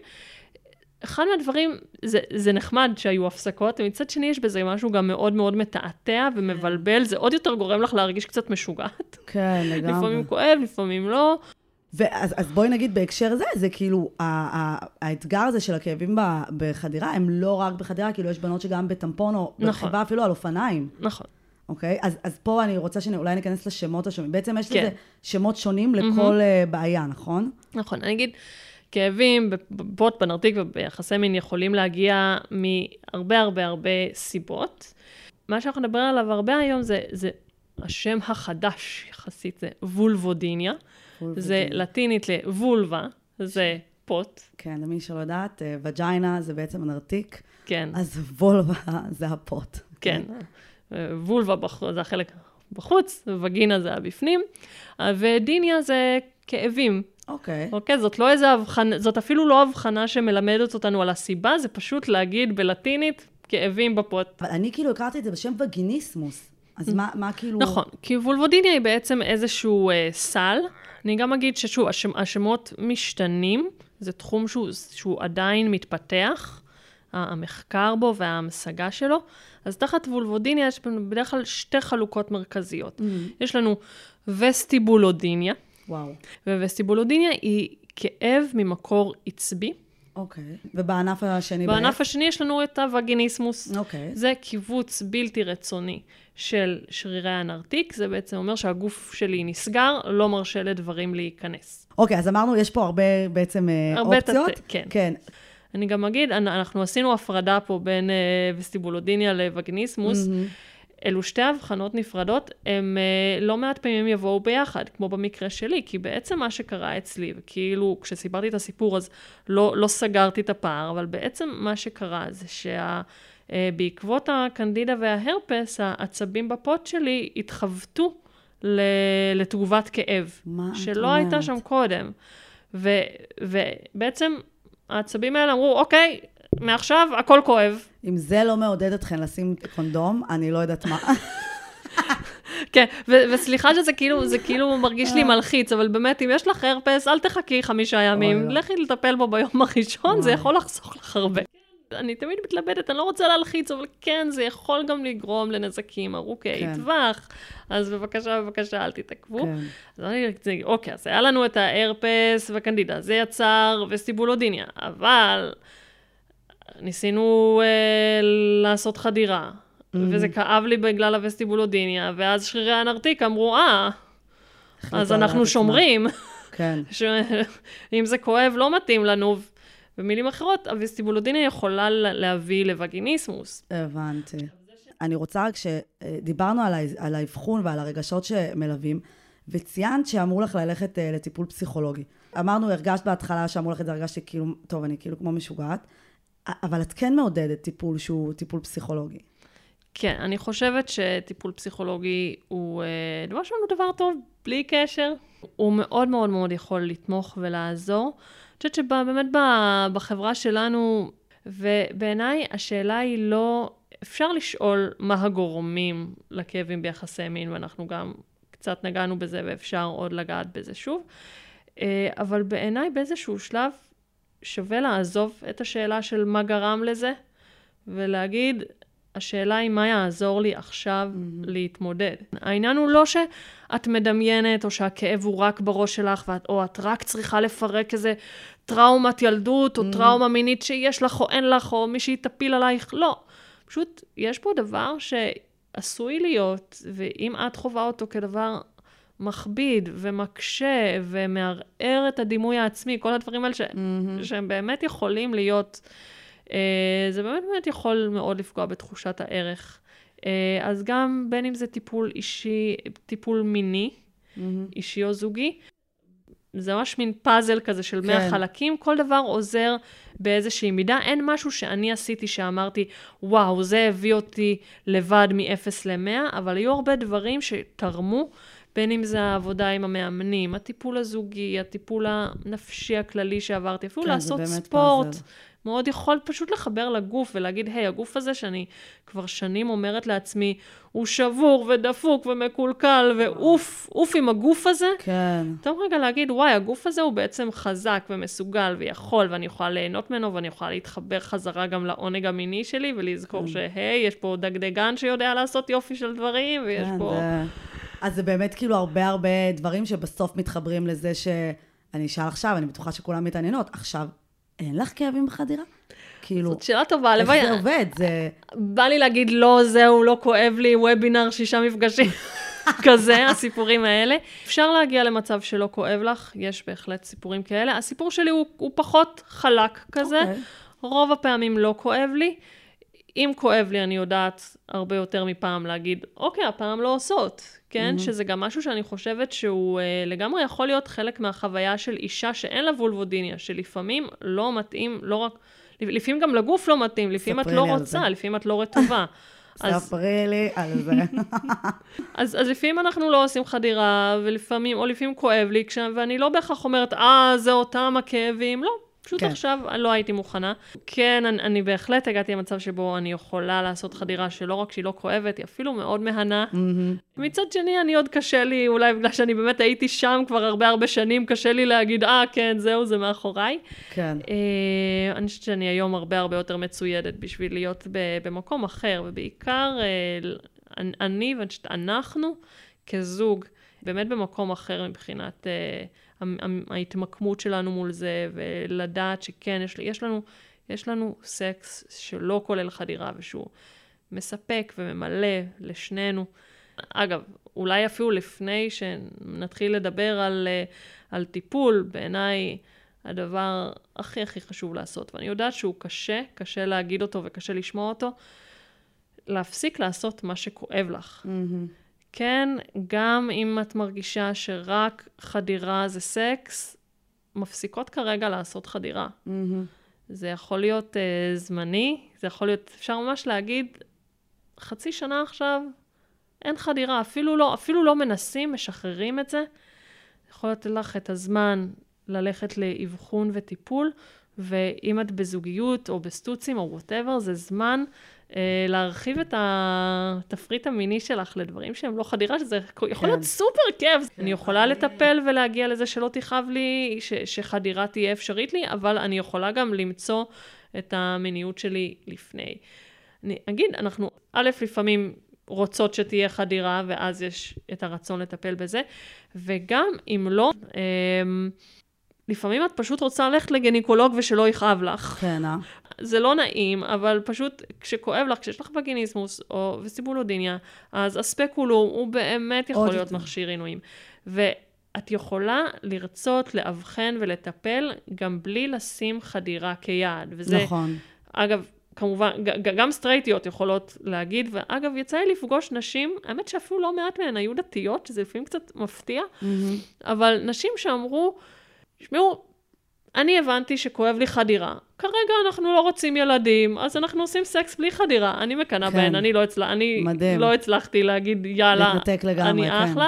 אחד מהדברים, זה, זה נחמד שהיו הפסקות, ומצד שני יש בזה משהו גם מאוד מאוד מתעתע ומבלבל, זה עוד יותר גורם לך להרגיש קצת משוגעת. כן, לגמרי. לפעמים כואב, לפעמים לא. ואז, אז בואי נגיד בהקשר הזה, זה כאילו, האתגר הזה של הכאבים בחדירה, הם לא רק בחדירה, כאילו יש בנות שגם בטמפון או נכון. ברכיבה אפילו על אופניים. נכון. אוקיי? אז, אז פה אני רוצה שאולי ניכנס לשמות השונים. בעצם יש כן. לזה שמות שונים לכל mm-hmm. בעיה, נכון? נכון. אני אגיד, כאבים בפוט, בנרתיק וביחסי מין יכולים להגיע מהרבה הרבה הרבה סיבות. מה שאנחנו נדבר עליו הרבה היום זה, זה השם החדש יחסית, זה וולבודיניה. זה לטינית לוולבה, זה פוט. כן, למי שלא יודעת, וג'יינה זה בעצם הנרתיק. כן. אז וולבה זה הפוט. כן. וולבה זה החלק בחוץ, וגינה זה הבפנים, ודיניה זה כאבים. אוקיי. אוקיי, זאת לא איזה הבחנה, זאת אפילו לא הבחנה שמלמדת אותנו על הסיבה, זה פשוט להגיד בלטינית כאבים בפוט. אבל אני כאילו הכרתי את זה בשם וגיניסמוס. אז מה, מה כאילו... נכון, כי וולבודיניה היא בעצם איזשהו אה, סל. אני גם אגיד ששוב, השמ, השמות משתנים, זה תחום שהוא, שהוא עדיין מתפתח, המחקר בו וההמשגה שלו. אז תחת וולבודיניה יש בדרך כלל שתי חלוקות מרכזיות. Mm-hmm. יש לנו וסטיבולודיניה. וואו. ווסטיבולודיניה היא כאב ממקור עצבי. אוקיי. ובענף השני? בענף השני יש לנו את הווגיניסמוס. אוקיי. זה קיבוץ בלתי רצוני של שרירי הנרתיק. זה בעצם אומר שהגוף שלי נסגר, לא מרשה לדברים להיכנס. אוקיי, אז אמרנו, יש פה הרבה בעצם הרבה אופציות. תת, כן. כן. אני גם אגיד, אנחנו עשינו הפרדה פה בין uh, וסטיבולודיניה לווגיניסמוס. Mm-hmm. אלו שתי הבחנות נפרדות, הם uh, לא מעט פעמים יבואו ביחד, כמו במקרה שלי, כי בעצם מה שקרה אצלי, וכאילו כשסיפרתי את הסיפור אז לא, לא סגרתי את הפער, אבל בעצם מה שקרה זה שבעקבות uh, הקנדידה וההרפס, העצבים בפוט שלי התחוותו לתגובת כאב, שלא הייתה שם קודם. ו, ובעצם העצבים האלה אמרו, אוקיי, מעכשיו הכל כואב. אם זה לא מעודד אתכן לשים קונדום, אני לא יודעת מה. כן, ו- וסליחה שזה כאילו, זה כאילו מרגיש לי מלחיץ, אבל באמת, אם יש לך הרפס, אל תחכי חמישה ימים, לכי לטפל בו ביום הראשון, זה יכול לחסוך לך הרבה. אני תמיד מתלבטת, אני לא רוצה להלחיץ, אבל כן, זה יכול גם לגרום לנזקים ארוכי טווח, אז בבקשה, בבקשה, אל תתעכבו. אז אני אגיד, אוקיי, אז היה לנו את ההרפס וקנדידה, זה יצר וסטיבולודיניה, אבל ניסינו אה, לעשות חדירה, mm-hmm. וזה כאב לי בגלל הווסטיבולודיניה, ואז שרירי הנרתיק אמרו, אה, אז אנחנו שומרים, כן. שאם זה כואב לא מתאים לנו, במילים אחרות, הווסטיבולודיניה יכולה להביא לווגיניסמוס. הבנתי. אני רוצה רק שדיברנו על האבחון ועל הרגשות שמלווים, וציינת שאמרו לך ללכת לטיפול פסיכולוגי. אמרנו, הרגשת בהתחלה שאמרו לך את זה, הרגשתי כאילו, טוב, אני כאילו כמו משוגעת, אבל את כן מעודדת טיפול שהוא טיפול פסיכולוגי. כן, אני חושבת שטיפול פסיכולוגי הוא דבר שהוא דבר טוב, בלי קשר. הוא מאוד מאוד מאוד יכול לתמוך ולעזור. אני חושבת שבאמת בחברה שלנו, ובעיניי השאלה היא לא, אפשר לשאול מה הגורמים לכאבים ביחסי מין, ואנחנו גם קצת נגענו בזה ואפשר עוד לגעת בזה שוב. אבל בעיניי באיזשהו שלב שווה לעזוב את השאלה של מה גרם לזה, ולהגיד, השאלה היא מה יעזור לי עכשיו mm-hmm. להתמודד. העניין הוא לא שאת מדמיינת, או שהכאב הוא רק בראש שלך, ואת, או את רק צריכה לפרק איזה טראומת ילדות, או mm-hmm. טראומה מינית שיש לך או אין לך, או מישהי תפיל עלייך. לא. פשוט יש פה דבר שעשוי להיות, ואם את חובה אותו כדבר מכביד ומקשה, ומערער את הדימוי העצמי, כל הדברים האלה ש... mm-hmm. שהם באמת יכולים להיות... זה באמת באמת יכול מאוד לפגוע בתחושת הערך. אז גם בין אם זה טיפול אישי, טיפול מיני, mm-hmm. אישי או זוגי, זה ממש מין פאזל כזה של מאה כן. חלקים, כל דבר עוזר באיזושהי מידה. אין משהו שאני עשיתי שאמרתי, וואו, זה הביא אותי לבד מ-אפס ל-מאה, אבל היו הרבה דברים שתרמו, בין אם זה העבודה עם המאמנים, הטיפול הזוגי, הטיפול הנפשי הכללי שעברתי, אפילו כן, לעשות ספורט. פאזל. מאוד יכול פשוט לחבר לגוף ולהגיד, היי, הגוף הזה שאני כבר שנים אומרת לעצמי, הוא שבור ודפוק ומקולקל, ואוף, אוף עם הגוף הזה. כן. טוב רגע להגיד, וואי, הגוף הזה הוא בעצם חזק ומסוגל ויכול, ואני יכולה ליהנות ממנו, ואני יכולה להתחבר חזרה גם לעונג המיני שלי, ולזכור כן. שהי, יש פה דגדגן שיודע לעשות יופי של דברים, ויש כן, פה... זה... אז זה באמת כאילו הרבה הרבה דברים שבסוף מתחברים לזה שאני אשאל עכשיו, אני בטוחה שכולם מתעניינות, עכשיו, אין לך כאבים בחדירה? כאילו... זאת שאלה טובה. איך זה עובד? זה... בא לי להגיד, לא, זהו, לא כואב לי, וובינר, שישה מפגשים. כזה, הסיפורים האלה. אפשר להגיע למצב שלא כואב לך, יש בהחלט סיפורים כאלה. הסיפור שלי הוא, הוא פחות חלק כזה. Okay. רוב הפעמים לא כואב לי. אם כואב לי, אני יודעת הרבה יותר מפעם להגיד, אוקיי, הפעם לא עושות. כן? Mm-hmm. שזה גם משהו שאני חושבת שהוא אה, לגמרי יכול להיות חלק מהחוויה של אישה שאין לה וולבודיניה, שלפעמים לא מתאים, לא רק, לפעמים גם לגוף לא מתאים, לפעמים את לא רוצה, לפעמים את לא רטובה. ספרי לי על זה. אז, אז לפעמים אנחנו לא עושים חדירה, ולפעמים, או לפעמים כואב לי, כש, ואני לא בהכרח אומרת, אה, זה אותם הכאבים, לא. פשוט כן. עכשיו לא הייתי מוכנה. כן, אני, אני בהחלט הגעתי למצב שבו אני יכולה לעשות חדירה שלא רק שהיא לא כואבת, היא אפילו מאוד מהנה. Mm-hmm. מצד שני, אני עוד קשה לי, אולי בגלל שאני באמת הייתי שם כבר הרבה הרבה שנים, קשה לי להגיד, אה, כן, זהו, זה מאחוריי. כן. אה, אני חושבת שאני היום הרבה הרבה יותר מצוידת בשביל להיות במקום אחר, ובעיקר אה, אני ואנחנו כזוג, באמת במקום אחר מבחינת אה, ההתמקמות שלנו מול זה, ולדעת שכן, יש, יש, לנו, יש לנו סקס שלא כולל חדירה, ושהוא מספק וממלא לשנינו. אגב, אולי אפילו לפני שנתחיל לדבר על, על טיפול, בעיניי הדבר הכי הכי חשוב לעשות, ואני יודעת שהוא קשה, קשה להגיד אותו וקשה לשמוע אותו, להפסיק לעשות מה שכואב לך. Mm-hmm. כן, גם אם את מרגישה שרק חדירה זה סקס, מפסיקות כרגע לעשות חדירה. Mm-hmm. זה יכול להיות uh, זמני, זה יכול להיות, אפשר ממש להגיד, חצי שנה עכשיו, אין חדירה, אפילו לא, אפילו לא מנסים, משחררים את זה. יכול להיות לך את הזמן ללכת לאבחון וטיפול, ואם את בזוגיות או בסטוצים או whatever, זה זמן אה, להרחיב את התפריט המיני שלך לדברים שהם לא חדירה, שזה יכול כן. להיות סופר כיף. כן. אני יכולה לטפל ולהגיע לזה שלא תכאב לי, ש, שחדירה תהיה אפשרית לי, אבל אני יכולה גם למצוא את המיניות שלי לפני. אני אגיד, אנחנו א' לפעמים רוצות שתהיה חדירה, ואז יש את הרצון לטפל בזה, וגם אם לא, אה, לפעמים את פשוט רוצה ללכת לגניקולוג ושלא יכאב לך. כן, אה? זה לא נעים, אבל פשוט כשכואב לך, כשיש לך וגיניזמוס או וסיבולודיניה, אז הספקולום הוא באמת יכול להיות יותר. מכשיר עינויים. ואת יכולה לרצות, לאבחן ולטפל גם בלי לשים חדירה כיעד. וזה, נכון. אגב, כמובן, גם סטרייטיות יכולות להגיד, ואגב, יצא לי לפגוש נשים, האמת שאפילו לא מעט מהן היו דתיות, שזה לפעמים קצת מפתיע, mm-hmm. אבל נשים שאמרו, שמעו, אני הבנתי שכואב לי חדירה. כרגע אנחנו לא רוצים ילדים, אז אנחנו עושים סקס בלי חדירה. אני מקנה כן. בהן, אני, לא, הצלה, אני לא הצלחתי להגיד, יאללה, לגמרי, אני כן. אחלה.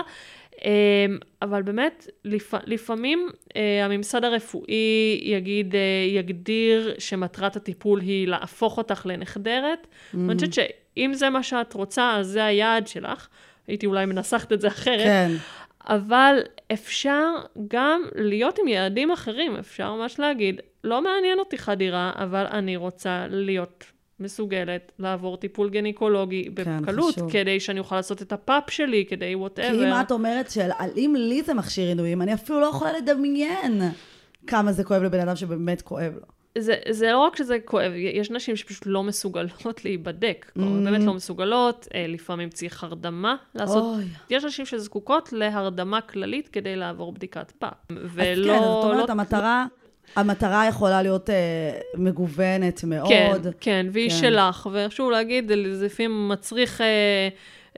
אבל באמת, לפ... לפעמים הממסד הרפואי יגיד, יגדיר שמטרת הטיפול היא להפוך אותך לנחדרת. Mm-hmm. אני חושבת שאם זה מה שאת רוצה, אז זה היעד שלך. הייתי אולי מנסחת את זה אחרת. כן. אבל אפשר גם להיות עם יעדים אחרים, אפשר ממש להגיד, לא מעניין אותי חדירה, אבל אני רוצה להיות מסוגלת לעבור טיפול גניקולוגי כן, בקלות, חשוב. כדי שאני אוכל לעשות את הפאפ שלי, כדי whatever. כי אם את אומרת שאם לי זה מכשיר עינויים, אני אפילו לא יכולה לדמיין כמה זה כואב לבן אדם שבאמת כואב לו. זה, זה לא רק שזה כואב, יש נשים שפשוט לא מסוגלות להיבדק, mm-hmm. באמת לא מסוגלות, לפעמים צריך הרדמה לעשות, oh. יש נשים שזקוקות להרדמה כללית כדי לעבור בדיקת פאפ. ולא, אז כן, זאת אומרת, לא... המטרה, המטרה יכולה להיות אה, מגוונת מאוד. כן, כן, והיא כן. שלך, ושוב להגיד, זה לפעמים מצריך אה, אה,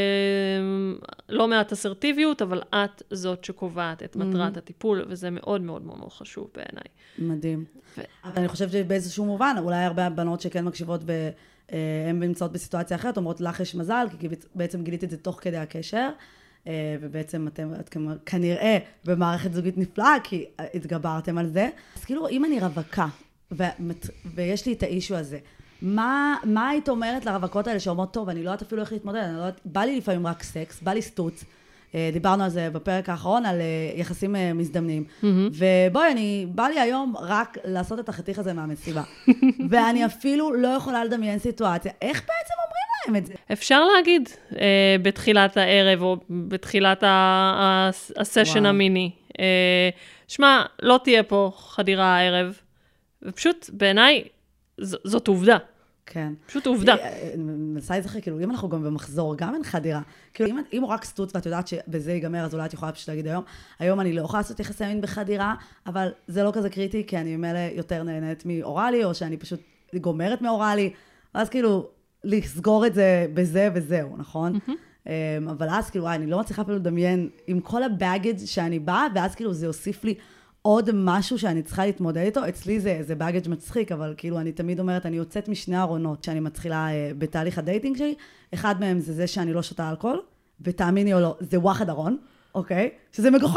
לא מעט אסרטיביות, אבל את זאת שקובעת את מטרת mm-hmm. הטיפול, וזה מאוד מאוד מאוד מאוד חשוב בעיניי. מדהים. ו... אבל אני חושבת שבאיזשהו מובן, אולי הרבה הבנות שכן מקשיבות והן נמצאות בסיטואציה אחרת, אומרות לך יש מזל, כי בעצם גילית את זה תוך כדי הקשר, ובעצם אתם, אתם כנראה במערכת זוגית נפלאה, כי התגברתם על זה. אז כאילו, אם אני רווקה, ו... ויש לי את האישו הזה, מה, מה היית אומרת לרווקות האלה שאומרות, טוב, אני לא יודעת אפילו איך להתמודד, אני לא יודעת, בא לי לפעמים רק סקס, בא לי סטוץ, דיברנו על זה בפרק האחרון, על יחסים מזדמנים, mm-hmm. ובואי, אני, בא לי היום רק לעשות את החתיך הזה מהמסיבה, ואני אפילו לא יכולה לדמיין סיטואציה, איך בעצם אומרים להם את זה? אפשר להגיד, אה, בתחילת הערב, או בתחילת הסשן המיני, אה, שמה, לא תהיה פה חדירה הערב, ופשוט בעיניי, ז- זאת עובדה. כן. פשוט עובדה. מנסה להיזכר, כאילו, אם אנחנו גם במחזור, גם אין חדירה. כאילו, אם, אם הוא רק סטוץ, ואת יודעת שבזה ייגמר, אז אולי את יכולה פשוט להגיד היום, היום אני לא יכולה לעשות יחסי מין בחדירה, אבל זה לא כזה קריטי, כי אני ממילא יותר נהנית מאורלי, או שאני פשוט גומרת מאורלי, ואז כאילו, לסגור את זה בזה וזהו, נכון? Mm-hmm. אבל אז כאילו, וואי, אני לא מצליחה אפילו לדמיין עם כל הבאגג' שאני באה, ואז כאילו זה יוסיף לי עוד משהו שאני צריכה להתמודד איתו. אצלי זה, זה באגג' מצחיק, אבל כאילו אני תמיד אומרת, אני יוצאת משני ארונות שאני מתחילה אה, בתהליך הדייטינג שלי. אחד מהם זה זה שאני לא שותה אלכוהול, ותאמיני או לא, זה וואחד ארון, אוקיי? שזה מגוחך.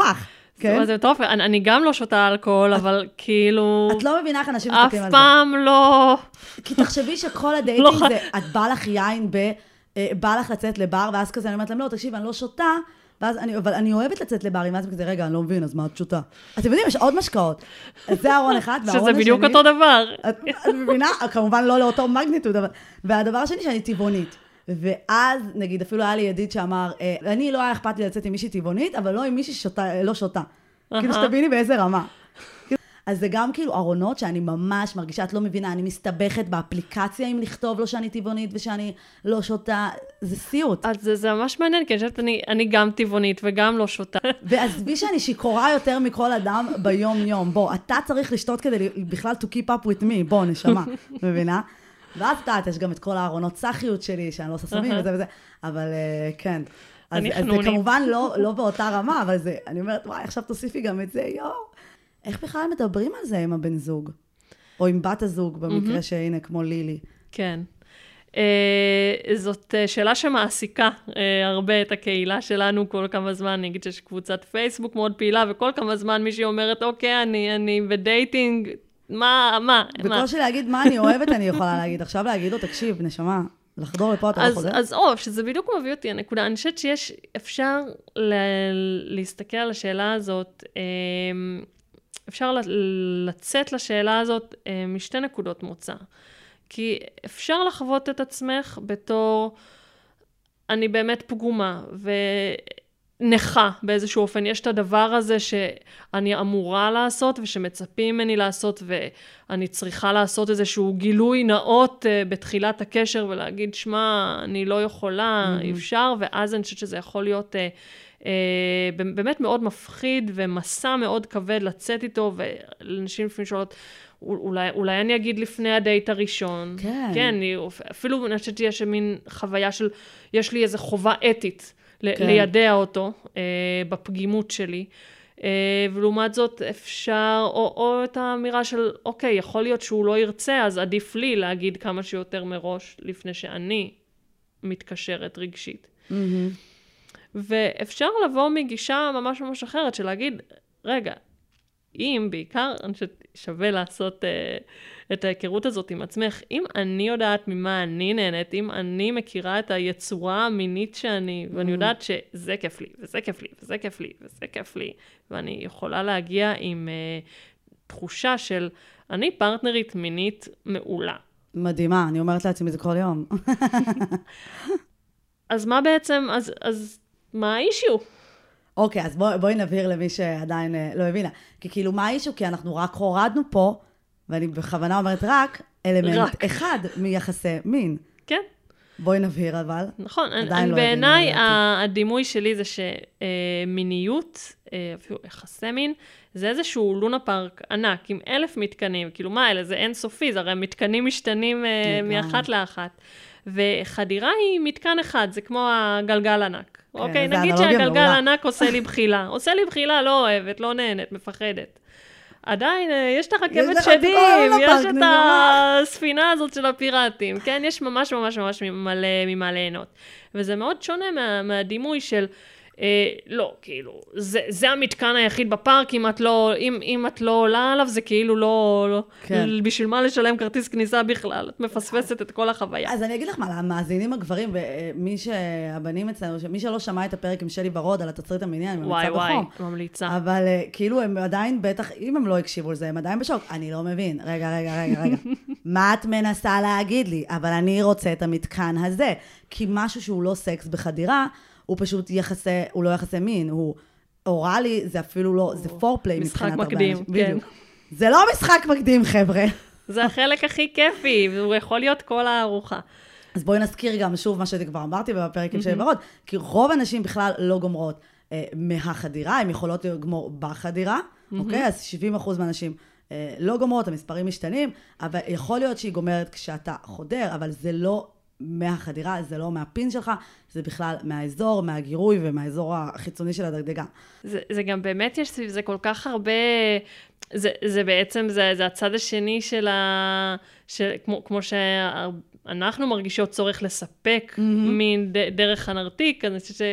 כן? זה טוב, אני, אני גם לא שותה אלכוהול, אבל כאילו... את לא מבינה איך אנשים מסתכלים על זה. אף פעם לא... כי תחשבי שכל הדייטינג זה, את בא לך יין ב... בא לך לצאת לבר, ואז כזה אני אומרת להם, לא, תקשיב, אני לא שותה, ואז אני, אבל אני אוהבת לצאת לברים, ואז כזה, רגע, אני לא מבין, אז מה את שותה? אתם יודעים, יש עוד משקאות. זה ארון אחד, והארון השני... שזה בדיוק אותו דבר. את, את מבינה? כמובן לא לאותו מגניטוד, אבל... והדבר השני שאני טבעונית. ואז, נגיד, אפילו היה לי ידיד שאמר, אני לא היה אכפת לי לצאת עם מישהי טבעונית, אבל לא עם מישהי שותה, לא שותה. כאילו שתביני באיזה רמה. אז זה גם כאילו ארונות שאני ממש מרגישה, את לא מבינה, אני מסתבכת באפליקציה אם לכתוב לו שאני טבעונית ושאני לא שותה, זה סיוט. אז זה, זה ממש מעניין, כי אני חושבת, אני, אני גם טבעונית וגם לא שותה. ועזבי שאני שיקורה יותר מכל אדם ביום יום. בוא, אתה צריך לשתות כדי בכלל to keep up with me, בוא, נשמה, מבינה? ואז תעת, יש גם את כל הארונות סחיות שלי, שאני לא עושה סמים וזה וזה, אבל כן. אז, אז זה כמובן לא, לא באותה רמה, אבל זה, אני אומרת, וואי, עכשיו תוסיפי גם את זה, יואו. איך בכלל מדברים על זה עם הבן זוג? או עם בת הזוג, במקרה mm-hmm. שהנה, כמו לילי. כן. Uh, זאת שאלה שמעסיקה uh, הרבה את הקהילה שלנו כל כמה זמן. אני אגיד שיש קבוצת פייסבוק מאוד פעילה, וכל כמה זמן מישהי אומרת, אוקיי, אני, אני בדייטינג, מה, מה? בקושי להגיד מה אני אוהבת, אני יכולה להגיד. עכשיו להגיד לו, תקשיב, נשמה, לחדור לפה, אתה לא חוזר? אז או, שזה בדיוק מביא אותי הנקודה. אני חושבת שיש, אפשר ל- להסתכל על השאלה הזאת, um, אפשר לצאת לשאלה הזאת משתי נקודות מוצא. כי אפשר לחוות את עצמך בתור, אני באמת פגומה ונכה באיזשהו אופן. יש את הדבר הזה שאני אמורה לעשות ושמצפים ממני לעשות, ואני צריכה לעשות איזשהו גילוי נאות בתחילת הקשר ולהגיד, שמה, אני לא יכולה, mm-hmm. אפשר, ואז אני חושבת שזה יכול להיות... Uh, באמת מאוד מפחיד ומסע מאוד כבד לצאת איתו, ולנשים לפעמים שואלות, אולי, אולי אני אגיד לפני הדייט הראשון. כן. כן, אפילו אני חושבת שיש מין חוויה של, יש לי איזו חובה אתית כן. לידע אותו uh, בפגימות שלי, uh, ולעומת זאת אפשר, או, או את האמירה של, אוקיי, יכול להיות שהוא לא ירצה, אז עדיף לי להגיד כמה שיותר מראש, לפני שאני מתקשרת רגשית. Mm-hmm. ואפשר לבוא מגישה ממש ממש אחרת, של להגיד, רגע, אם בעיקר, אני חושבת שווה לעשות uh, את ההיכרות הזאת עם עצמך, אם אני יודעת ממה אני נהנית, אם אני מכירה את היצורה המינית שאני, mm. ואני יודעת שזה כיף לי, וזה כיף לי, וזה כיף לי, וזה כיף לי, ואני יכולה להגיע עם uh, תחושה של, אני פרטנרית מינית מעולה. מדהימה, אני אומרת לעצמי זה כל יום. אז מה בעצם, אז... אז מה האישיו? אוקיי, אז בוא, בואי נבהיר למי שעדיין לא הבינה. כי כאילו, מה האישיו? כי אנחנו רק הורדנו פה, ואני בכוונה אומרת רק, אלמנט רק. אחד מיחסי מין. כן. בואי נבהיר אבל. נכון, אני, לא בעיניי הדימוי שלי זה שמיניות, אפילו יחסי מין, זה איזשהו לונה פארק ענק, עם אלף מתקנים. כאילו מה אלה? זה אינסופי, זה הרי מתקנים משתנים מאחת לאחת. וחדירה היא מתקן אחד, זה כמו הגלגל ענק. אוקיי, נגיד שהגלגל ענק עושה לי בחילה. עושה לי בחילה, לא אוהבת, לא נהנת, מפחדת. עדיין, יש את הרכבת שדים, יש את הספינה הזאת של הפיראטים, כן? יש ממש ממש ממש ממה ליהנות. וזה מאוד שונה מה, מהדימוי של, אה, לא, כאילו, זה, זה המתקן היחיד בפארק, אם את לא, אם, אם את לא עולה עליו, זה כאילו לא, לא כן. בשביל מה לשלם כרטיס כניסה בכלל, את מפספסת את כל החוויה. אז אני אגיד לך מה, המאזינים הגברים, ומי שהבנים אצלנו, מי שלא שמע את הפרק עם שלי ורוד על התצרית המיני, אני ממליצה בחום. וואי וואי, ממליצה. אבל כאילו הם עדיין בטח, אם הם לא הקשיבו לזה, הם עדיין בשוק. אני לא מבין, רגע, רגע, רגע, רגע. מה את מנסה להגיד לי? אבל אני רוצה את המתקן הזה. כי משהו שהוא לא סקס בחדירה, הוא פשוט יחסי, הוא לא יחסי מין, הוא אוראלי, זה אפילו לא, זה פורפליי מבחינת הרבה אנשים. משחק מקדים, כן. זה לא משחק מקדים, חבר'ה. זה החלק הכי כיפי, והוא יכול להיות כל הארוחה. אז בואי נזכיר גם שוב מה שאני כבר אמרתי בפרק עם שלי ורוד, כי רוב הנשים בכלל לא גומרות אה, מהחדירה, הן יכולות לגמור בחדירה, אוקיי? אז שבעים אחוז מהנשים אה, לא גומרות, המספרים משתנים, אבל יכול להיות שהיא גומרת כשאתה חודר, אבל זה לא מהחדירה, זה לא מהפין שלך, זה בכלל מהאזור, מהגירוי ומהאזור החיצוני של הדגדגה. זה, זה גם באמת יש, זה כל כך הרבה, זה, זה בעצם, זה, זה הצד השני של ה... של, כמו, כמו שאנחנו מרגישות צורך לספק mm-hmm. מדרך הנרתיק, אז אני חושבת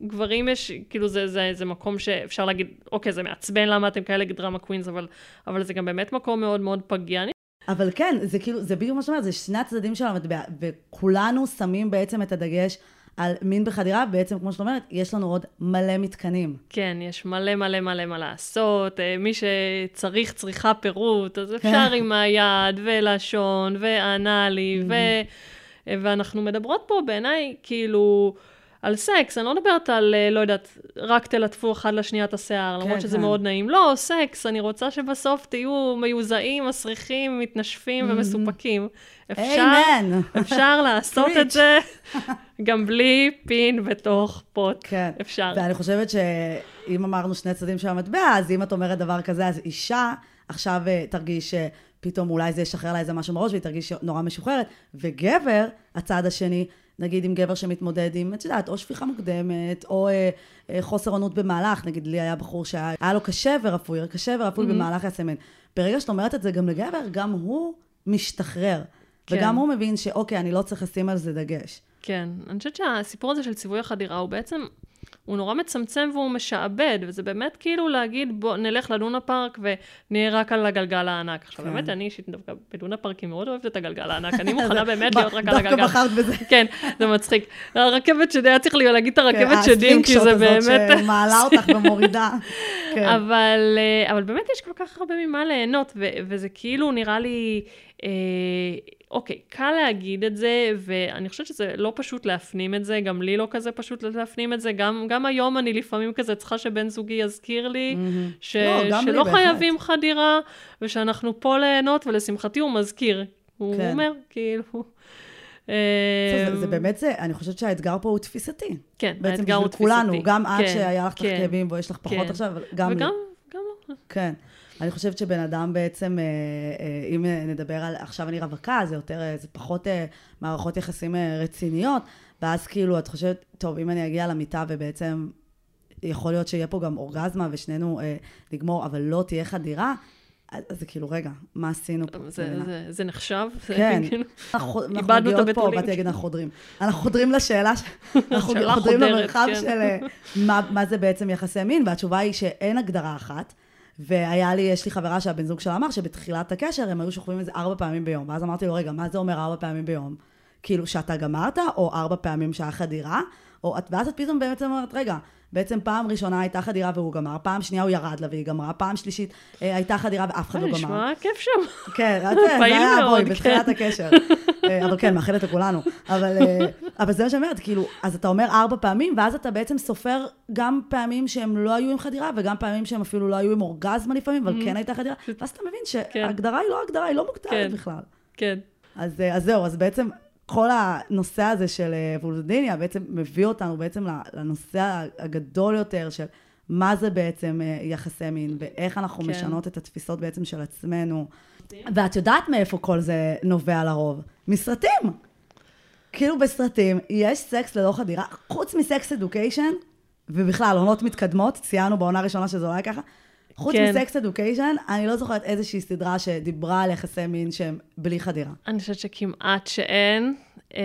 גברים יש, כאילו זה, זה, זה מקום שאפשר להגיד, אוקיי, זה מעצבן למה אתם כאלה דרמה קווינס, אבל, אבל זה גם באמת מקום מאוד מאוד פגיע. אבל כן, זה כאילו, זה בדיוק מה שאומרת, זה שני הצדדים של המטבע, וכולנו שמים בעצם את הדגש על מין בחדירה, בעצם, כמו שאת אומרת, יש לנו עוד מלא מתקנים. כן, יש מלא מלא מלא מה לעשות, מי שצריך צריכה פירוט, אז אפשר עם היד ולשון ואנלי, ו... ואנחנו מדברות פה בעיניי, כאילו, על סקס, אני לא מדברת על, לא יודעת, רק תלטפו אחד לשנייה את השיער, למרות כן, שזה כן. מאוד נעים. לא, סקס, אני רוצה שבסוף תהיו מיוזעים, מסריחים, מתנשפים ומסופקים. אפשר, אפשר לעשות את זה גם בלי פין בתוך פוט. כן. אפשר. ואני חושבת שאם אמרנו שני צדדים של המטבע, אז אם את אומרת דבר כזה, אז אישה עכשיו תרגיש שפתאום אולי זה ישחרר לה איזה משהו מראש, והיא תרגיש נורא משוחררת. וגבר, הצד השני, נגיד עם גבר שמתמודד עם, את יודעת, או שפיכה מוקדמת, או אה, אה, חוסר עונות במהלך, נגיד לי היה בחור שהיה לו קשה ורפוי, קשה ורפוי mm-hmm. במהלך הסמן. ברגע שאת אומרת את זה גם לגבר, גם הוא משתחרר. כן. וגם הוא מבין שאוקיי, אני לא צריך לשים על זה דגש. כן, אני חושבת שהסיפור הזה של ציווי החדירה הוא בעצם, הוא נורא מצמצם והוא משעבד, וזה באמת כאילו להגיד, בוא נלך ללונה פארק ונהיה רק על הגלגל הענק. עכשיו, באמת, אני אישית דווקא בלונה פארק מאוד אוהבת את הגלגל הענק, אני מוכנה באמת להיות רק על הגלגל. דווקא בחרת בזה. כן, זה מצחיק. הרכבת שדי, היה צריך להגיד את הרכבת שדים, כי זה באמת... הספרינג שוט הזאת שמעלה אותך ומורידה. אבל באמת יש כל כך הרבה ממה ליהנות, וזה כאילו נראה לי... אוקיי, קל להגיד את זה, ואני חושבת שזה לא פשוט להפנים את זה, גם לי לא כזה פשוט להפנים את זה, גם, גם היום אני לפעמים כזה צריכה שבן זוגי יזכיר לי, mm-hmm. ש, לא, שלא חייבים בהחלט. חדירה, ושאנחנו פה ליהנות, ולשמחתי הוא מזכיר. הוא כן. אומר, כאילו... זה, זה, זה באמת זה, אני חושבת שהאתגר פה הוא תפיסתי. כן, האתגר הוא תפיסתי. בעצם כולנו, גם עד כן, שהיה לך כן, כאבים, ויש לך פחות כן. עכשיו, אבל גם... וגם גם לא. כן. אני חושבת שבן אדם בעצם, אם נדבר על, עכשיו אני רווקה, זה יותר, זה פחות מערכות יחסים רציניות, ואז כאילו את חושבת, טוב, אם אני אגיע למיטה ובעצם יכול להיות שיהיה פה גם אורגזמה ושנינו נגמור, אבל לא תהיה חדירה, אז זה כאילו, רגע, מה עשינו פה? זה, זה, זה נחשב? כן. אנחנו מגיעות פה, באתי להגיד, אנחנו חודרים. אנחנו חודרים לשאלה, אנחנו חודרים למרחב של מה זה בעצם יחסי מין, והתשובה היא שאין הגדרה אחת, והיה לי, יש לי חברה שהבן זוג שלה אמר שבתחילת הקשר הם היו שוכבים את זה ארבע פעמים ביום, ואז אמרתי לו, רגע, מה זה אומר ארבע פעמים ביום? כאילו שאתה גמרת, או ארבע פעמים שעה חדירה, או, ואז את פתאום באמת אומרת, רגע, בעצם פעם ראשונה הייתה חדירה והוא גמר, פעם שנייה הוא ירד לה והיא גמרה, פעם שלישית הייתה חדירה ואף אחד לא גמר. נשמע כיף שם. כן, זה היה בואי, בתחילת הקשר. אבל כן, מאחלת לכולנו. אבל זה מה שאומרת, כאילו, אז אתה אומר ארבע פעמים, ואז אתה בעצם סופר גם פעמים שהם לא היו עם חדירה, וגם פעמים שהם אפילו לא היו עם אורגזמה לפעמים, אבל כן הייתה חדירה, ואז אתה מבין שההגדרה היא לא הגדרה, היא לא מוגדרת בכלל. כן. אז זהו, אז בעצם... כל הנושא הזה של וולבדיניה בעצם מביא אותנו בעצם לנושא הגדול יותר של מה זה בעצם יחסי מין, ואיך אנחנו כן. משנות את התפיסות בעצם של עצמנו. ואת יודעת מאיפה כל זה נובע לרוב? מסרטים. כאילו בסרטים יש סקס ללא חדירה, חוץ מסקס אדוקיישן, ובכלל עונות מתקדמות, ציינו בעונה הראשונה שזה לא היה ככה, חוץ כן. מסקס אדוקיישן, אני לא זוכרת איזושהי סדרה שדיברה על יחסי מין שהם בלי חדירה. אני חושבת שכמעט שאין, אה,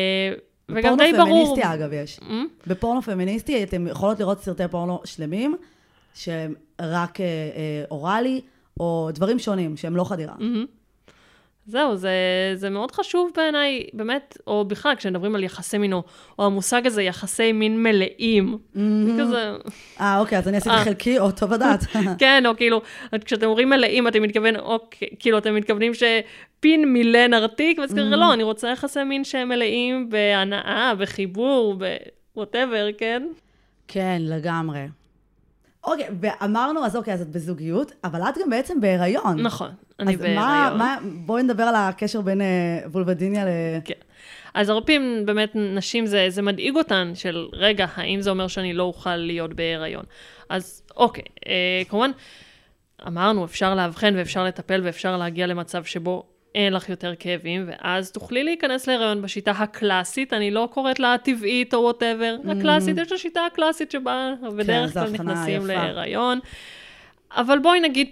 וגם די ברור. בפורנו פמיניסטי אגב יש. Mm? בפורנו פמיניסטי אתם יכולות לראות סרטי פורנו שלמים, שהם רק אה, אה, אוראלי, או דברים שונים, שהם לא חדירה. Mm-hmm. זהו, זה, זה מאוד חשוב בעיניי, באמת, או בכלל, כשנדברים על יחסי מין, או, או המושג הזה, יחסי מין מלאים. Mm-hmm. כזה... אה, אוקיי, אז אני עשיתי חלקי, או טוב לדעת. כן, או כאילו, כשאתם אומרים מלאים, אתם מתכוון, או כאילו, אתם מתכוונים שפין מילא נרתיק, ואז כזה, לא, אני רוצה יחסי מין שהם מלאים בהנאה, בחיבור, ב-whatever, כן? כן, לגמרי. אוקיי, ואמרנו, אז אוקיי, אז את בזוגיות, אבל את גם בעצם בהיריון. נכון, אני בהיריון. אז מה, בואי נדבר על הקשר בין וולבדיניה ל... כן. אז הרבה פעמים באמת נשים זה, זה מדאיג אותן של, רגע, האם זה אומר שאני לא אוכל להיות בהיריון? אז אוקיי, אה, כמובן, אמרנו, אפשר להבחן ואפשר לטפל ואפשר להגיע למצב שבו אין לך יותר כאבים, ואז תוכלי להיכנס להיריון בשיטה הקלאסית, אני לא קוראת לה הטבעית או whatever, הקלאסית, יש לה שיטה הקלאסית שבה בדרך כלל נכנסים להיריון. אבל בואי נגיד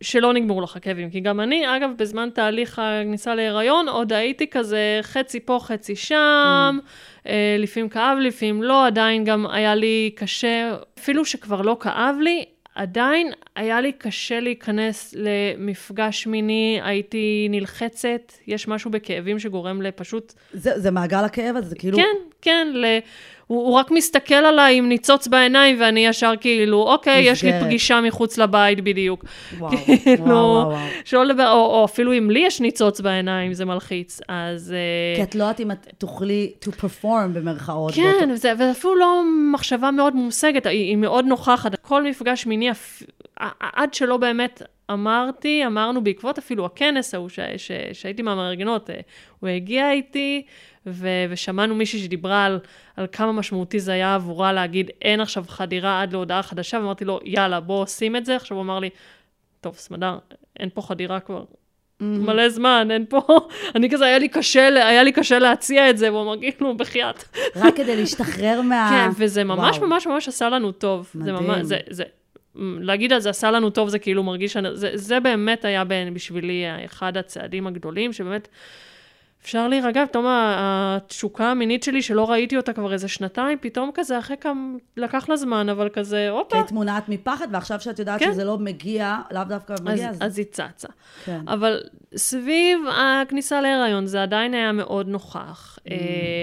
שלא נגמרו לך כאבים, כי גם אני, אגב, בזמן תהליך הכניסה להיריון, עוד הייתי כזה חצי פה, חצי שם, mm. לפעמים כאב, לפעמים לא, עדיין גם היה לי קשה, אפילו שכבר לא כאב לי, עדיין היה לי קשה להיכנס למפגש מיני, הייתי נלחצת, יש משהו בכאבים שגורם לפשוט... זה, זה מעגל הכאב הזה, זה כאילו... כן, כן, ל... הוא, הוא רק מסתכל עליי עם ניצוץ בעיניים, ואני ישר כאילו, אוקיי, מסגרת. יש לי פגישה מחוץ לבית בדיוק. וואו, כאילו, וואו, וואו, וואו. שלא לדבר, או, או אפילו אם לי יש ניצוץ בעיניים, זה מלחיץ, אז... כי את לא יודעת אם את תוכלי to perform במרכאות. כן, באותו... וזה, ואפילו לא מחשבה מאוד מושגת, היא, היא מאוד נוכחת. כל מפגש מיני, עד שלא באמת אמרתי, אמרנו בעקבות אפילו הכנס ההוא, ש, ש, שהייתי מהמארגנות, הוא הגיע איתי, ו, ושמענו מישהי שדיברה על, על כמה משמעותי זה היה עבורה להגיד, אין עכשיו חדירה עד להודעה חדשה, ואמרתי לו, יאללה, בוא עושים את זה. עכשיו הוא אמר לי, טוב, סמדר, אין פה חדירה כבר. Mm-hmm. מלא זמן, אין פה, אני כזה, היה לי קשה, היה לי קשה להציע את זה, והוא אמר, כאילו, בחייאת. רק כדי להשתחרר מה... כן, וזה ממש וואו. ממש ממש עשה לנו טוב. מדהים. זה ממש, זה, זה, להגיד על זה עשה לנו טוב, זה כאילו מרגיש, זה, זה באמת היה בשבילי אחד הצעדים הגדולים, שבאמת אפשר להירגע, פתאום התשוקה המינית שלי, שלא ראיתי אותה כבר איזה שנתיים, פתאום כזה, אחרי כמה, לקח לה זמן, אבל כזה, אופה. היית מונעת מפחד, ועכשיו שאת יודעת כן. שזה לא מגיע, לאו דווקא מגיע. אז, אז... אז היא צצה. כן. אבל סביב הכניסה להיריון, זה עדיין היה מאוד נוכח. Mm.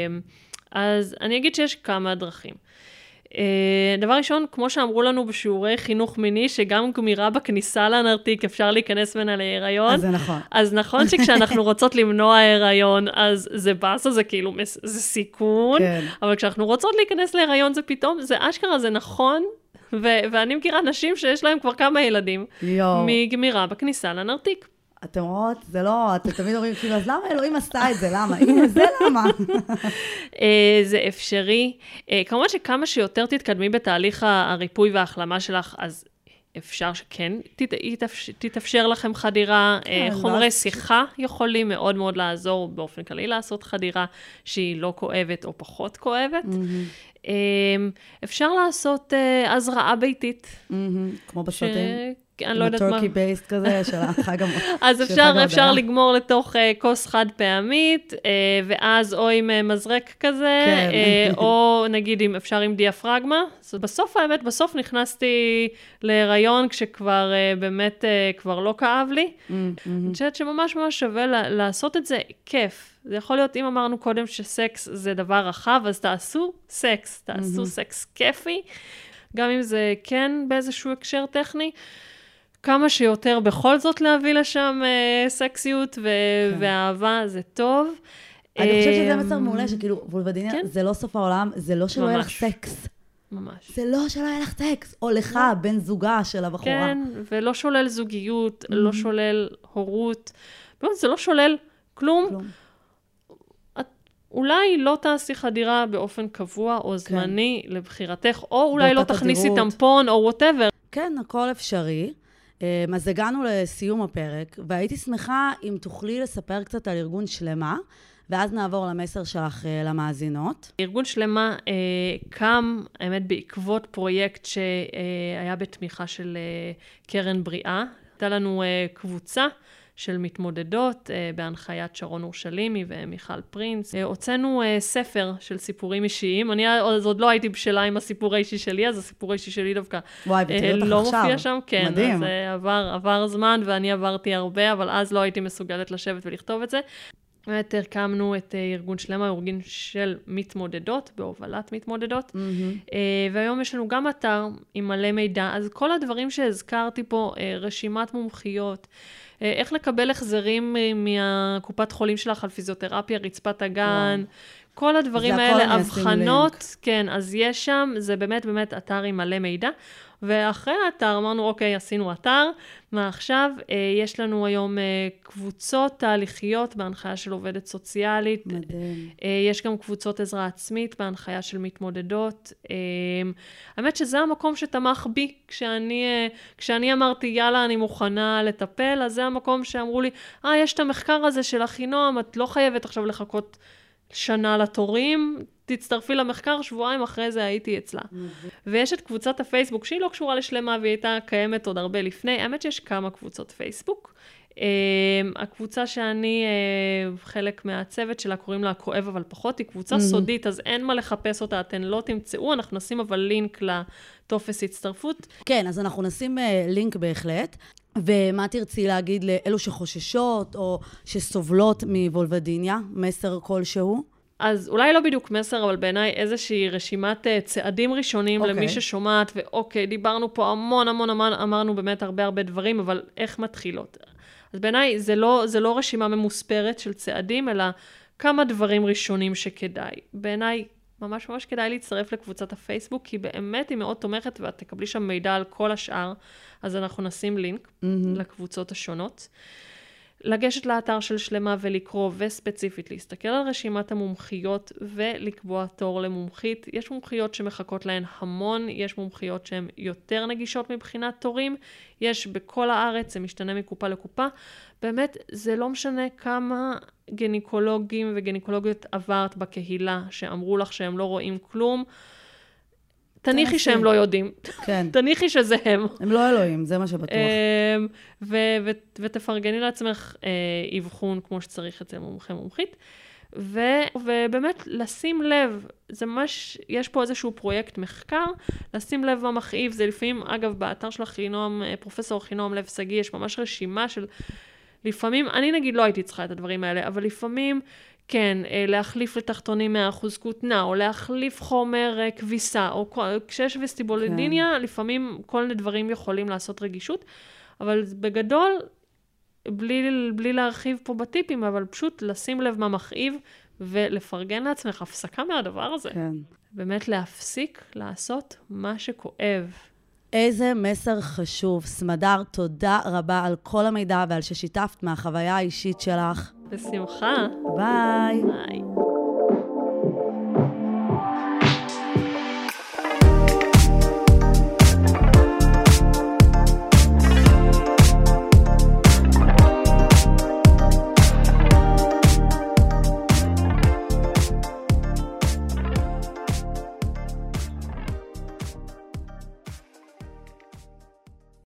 אז אני אגיד שיש כמה דרכים. דבר ראשון, כמו שאמרו לנו בשיעורי חינוך מיני, שגם גמירה בכניסה לנרתיק אפשר להיכנס ממנה להיריון. אז זה נכון. אז נכון שכשאנחנו רוצות למנוע ההיריון, אז זה בסה, זה כאילו, זה סיכון. כן. אבל כשאנחנו רוצות להיכנס להיריון, זה פתאום, זה אשכרה, זה נכון. ו- ואני מכירה נשים שיש להם כבר כמה ילדים. יו. מגמירה בכניסה לנרתיק. אתם רואות, זה לא, אתם תמיד אומרים, כאילו, אז למה אלוהים עשתה את זה? למה? הנה, זה למה? זה אפשרי. כמובן שכמה שיותר תתקדמי בתהליך הריפוי וההחלמה שלך, אז אפשר שכן תתאפשר לכם חדירה. חומרי שיחה יכולים מאוד מאוד לעזור באופן כללי לעשות חדירה שהיא לא כואבת או פחות כואבת. אפשר לעשות הזרעה ביתית. כמו בסרטים. אני לא יודעת מה. טורקי בייסט כזה, של החג המות. אז אפשר, אפשר לגמור לתוך כוס חד פעמית, ואז או עם מזרק כזה, או נגיד אם אפשר עם דיאפרגמה. אז בסוף האמת, בסוף נכנסתי להיריון, כשכבר באמת כבר לא כאב לי. אני חושבת שממש ממש שווה לעשות את זה כיף. זה יכול להיות, אם אמרנו קודם שסקס זה דבר רחב, אז תעשו סקס, תעשו סקס כיפי, גם אם זה כן באיזשהו הקשר טכני. כמה שיותר בכל זאת להביא לשם אה, סקסיות ו- כן. ואהבה, זה טוב. אני חושבת שזה מסר מעולה, שכאילו, וולבדיניה, כן? זה לא סוף העולם, זה לא שלא יהיה לך סקס. ממש. זה לא שלא יהיה לך סקס, או לך, לא. בן זוגה של הבחורה. כן, ולא שולל זוגיות, mm-hmm. לא שולל הורות. באמת, זה לא שולל כלום. כלום. את, אולי לא תעשי חדירה באופן קבוע או זמני כן. לבחירתך, או אולי לא תכניסי טמפון או whatever. כן, הכל אפשרי. אז הגענו לסיום הפרק, והייתי שמחה אם תוכלי לספר קצת על ארגון שלמה, ואז נעבור למסר שלך למאזינות. ארגון שלמה אה, קם, האמת, בעקבות פרויקט שהיה בתמיכה של אה, קרן בריאה. הייתה לנו אה, קבוצה של מתמודדות אה, בהנחיית שרון אורשלימי ומיכל פרינס. אה, הוצאנו אה, ספר של סיפורים אישיים. אני אז עוד לא הייתי בשלה עם הסיפור האישי שלי, אז הסיפור האישי שלי דווקא וואי, אה, לא עכשיו. מופיע שם. כן, מדהים. אז אה, עבר, עבר זמן ואני עברתי הרבה, אבל אז לא הייתי מסוגלת לשבת ולכתוב את זה. באמת הקמנו את ארגון שלמה, ארגון של מתמודדות, בהובלת מתמודדות, mm-hmm. והיום יש לנו גם אתר עם מלא מידע, אז כל הדברים שהזכרתי פה, רשימת מומחיות, איך לקבל החזרים מהקופת חולים שלך על פיזיותרפיה, רצפת הגן, wow. כל הדברים האלה, הבחנות, כן, אז יש שם, זה באמת באמת אתר עם מלא מידע, ואחרי האתר אמרנו, אוקיי, עשינו אתר, מה עכשיו? יש לנו היום קבוצות תהליכיות בהנחיה של עובדת סוציאלית. מדהים. יש גם קבוצות עזרה עצמית בהנחיה של מתמודדות. האמת שזה המקום שתמך בי, כשאני, כשאני אמרתי, יאללה, אני מוכנה לטפל, אז זה המקום שאמרו לי, אה, יש את המחקר הזה של החינום, את לא חייבת עכשיו לחכות שנה לתורים, תצטרפי למחקר, שבועיים אחרי זה הייתי אצלה. ויש את קבוצת הפייסבוק, שהיא לא קשורה לשלמה, והיא הייתה קיימת עוד הרבה לפני. האמת שיש כמה קבוצות פייסבוק. הקבוצה שאני חלק מהצוות שלה, קוראים לה כואב אבל פחות, היא קבוצה סודית, אז אין מה לחפש אותה, אתן לא תמצאו, אנחנו נשים אבל לינק לטופס הצטרפות. כן, אז אנחנו נשים לינק בהחלט. ומה תרצי להגיד לאלו שחוששות או שסובלות מוולבדיניה, מסר כלשהו? אז אולי לא בדיוק מסר, אבל בעיניי איזושהי רשימת צעדים ראשונים okay. למי ששומעת, ואוקיי, דיברנו פה המון המון המון, אמרנו באמת הרבה הרבה דברים, אבל איך מתחילות? אז בעיניי זה לא, זה לא רשימה ממוספרת של צעדים, אלא כמה דברים ראשונים שכדאי. בעיניי ממש ממש כדאי להצטרף לקבוצת הפייסבוק, כי באמת היא מאוד תומכת, ואת תקבלי שם מידע על כל השאר, אז אנחנו נשים לינק mm-hmm. לקבוצות השונות. לגשת לאתר של שלמה ולקרוא, וספציפית להסתכל על רשימת המומחיות ולקבוע תור למומחית. יש מומחיות שמחכות להן המון, יש מומחיות שהן יותר נגישות מבחינת תורים, יש בכל הארץ, זה משתנה מקופה לקופה. באמת, זה לא משנה כמה גניקולוגים וגניקולוגיות עברת בקהילה, שאמרו לך שהם לא רואים כלום, תניחי שהם לא יודעים. כן. תניחי שזה הם. הם לא אלוהים, זה מה שבטוח. ותפרגני לעצמך אבחון כמו שצריך אצל מומחה מומחית. ובאמת, לשים לב, זה ממש, יש פה איזשהו פרויקט מחקר, לשים לב במכאיב, זה לפעמים, אגב, באתר של אחינועם, פרופסור אחינועם לב שגיא, יש ממש רשימה של, לפעמים, אני נגיד לא הייתי צריכה את הדברים האלה, אבל לפעמים, כן, להחליף לתחתונים מאה אחוז כותנה, או להחליף חומר כביסה, או כשיש וסטיבולודיניה, כן. לפעמים כל מיני דברים יכולים לעשות רגישות, אבל בגדול, בלי, בלי להרחיב פה בטיפים, אבל פשוט לשים לב מה מכאיב, ולפרגן לעצמך הפסקה מהדבר הזה. כן. באמת להפסיק לעשות מה שכואב. איזה מסר חשוב. סמדר, תודה רבה על כל המידע ועל ששיתפת מהחוויה האישית שלך. בשמחה. ביי. ביי.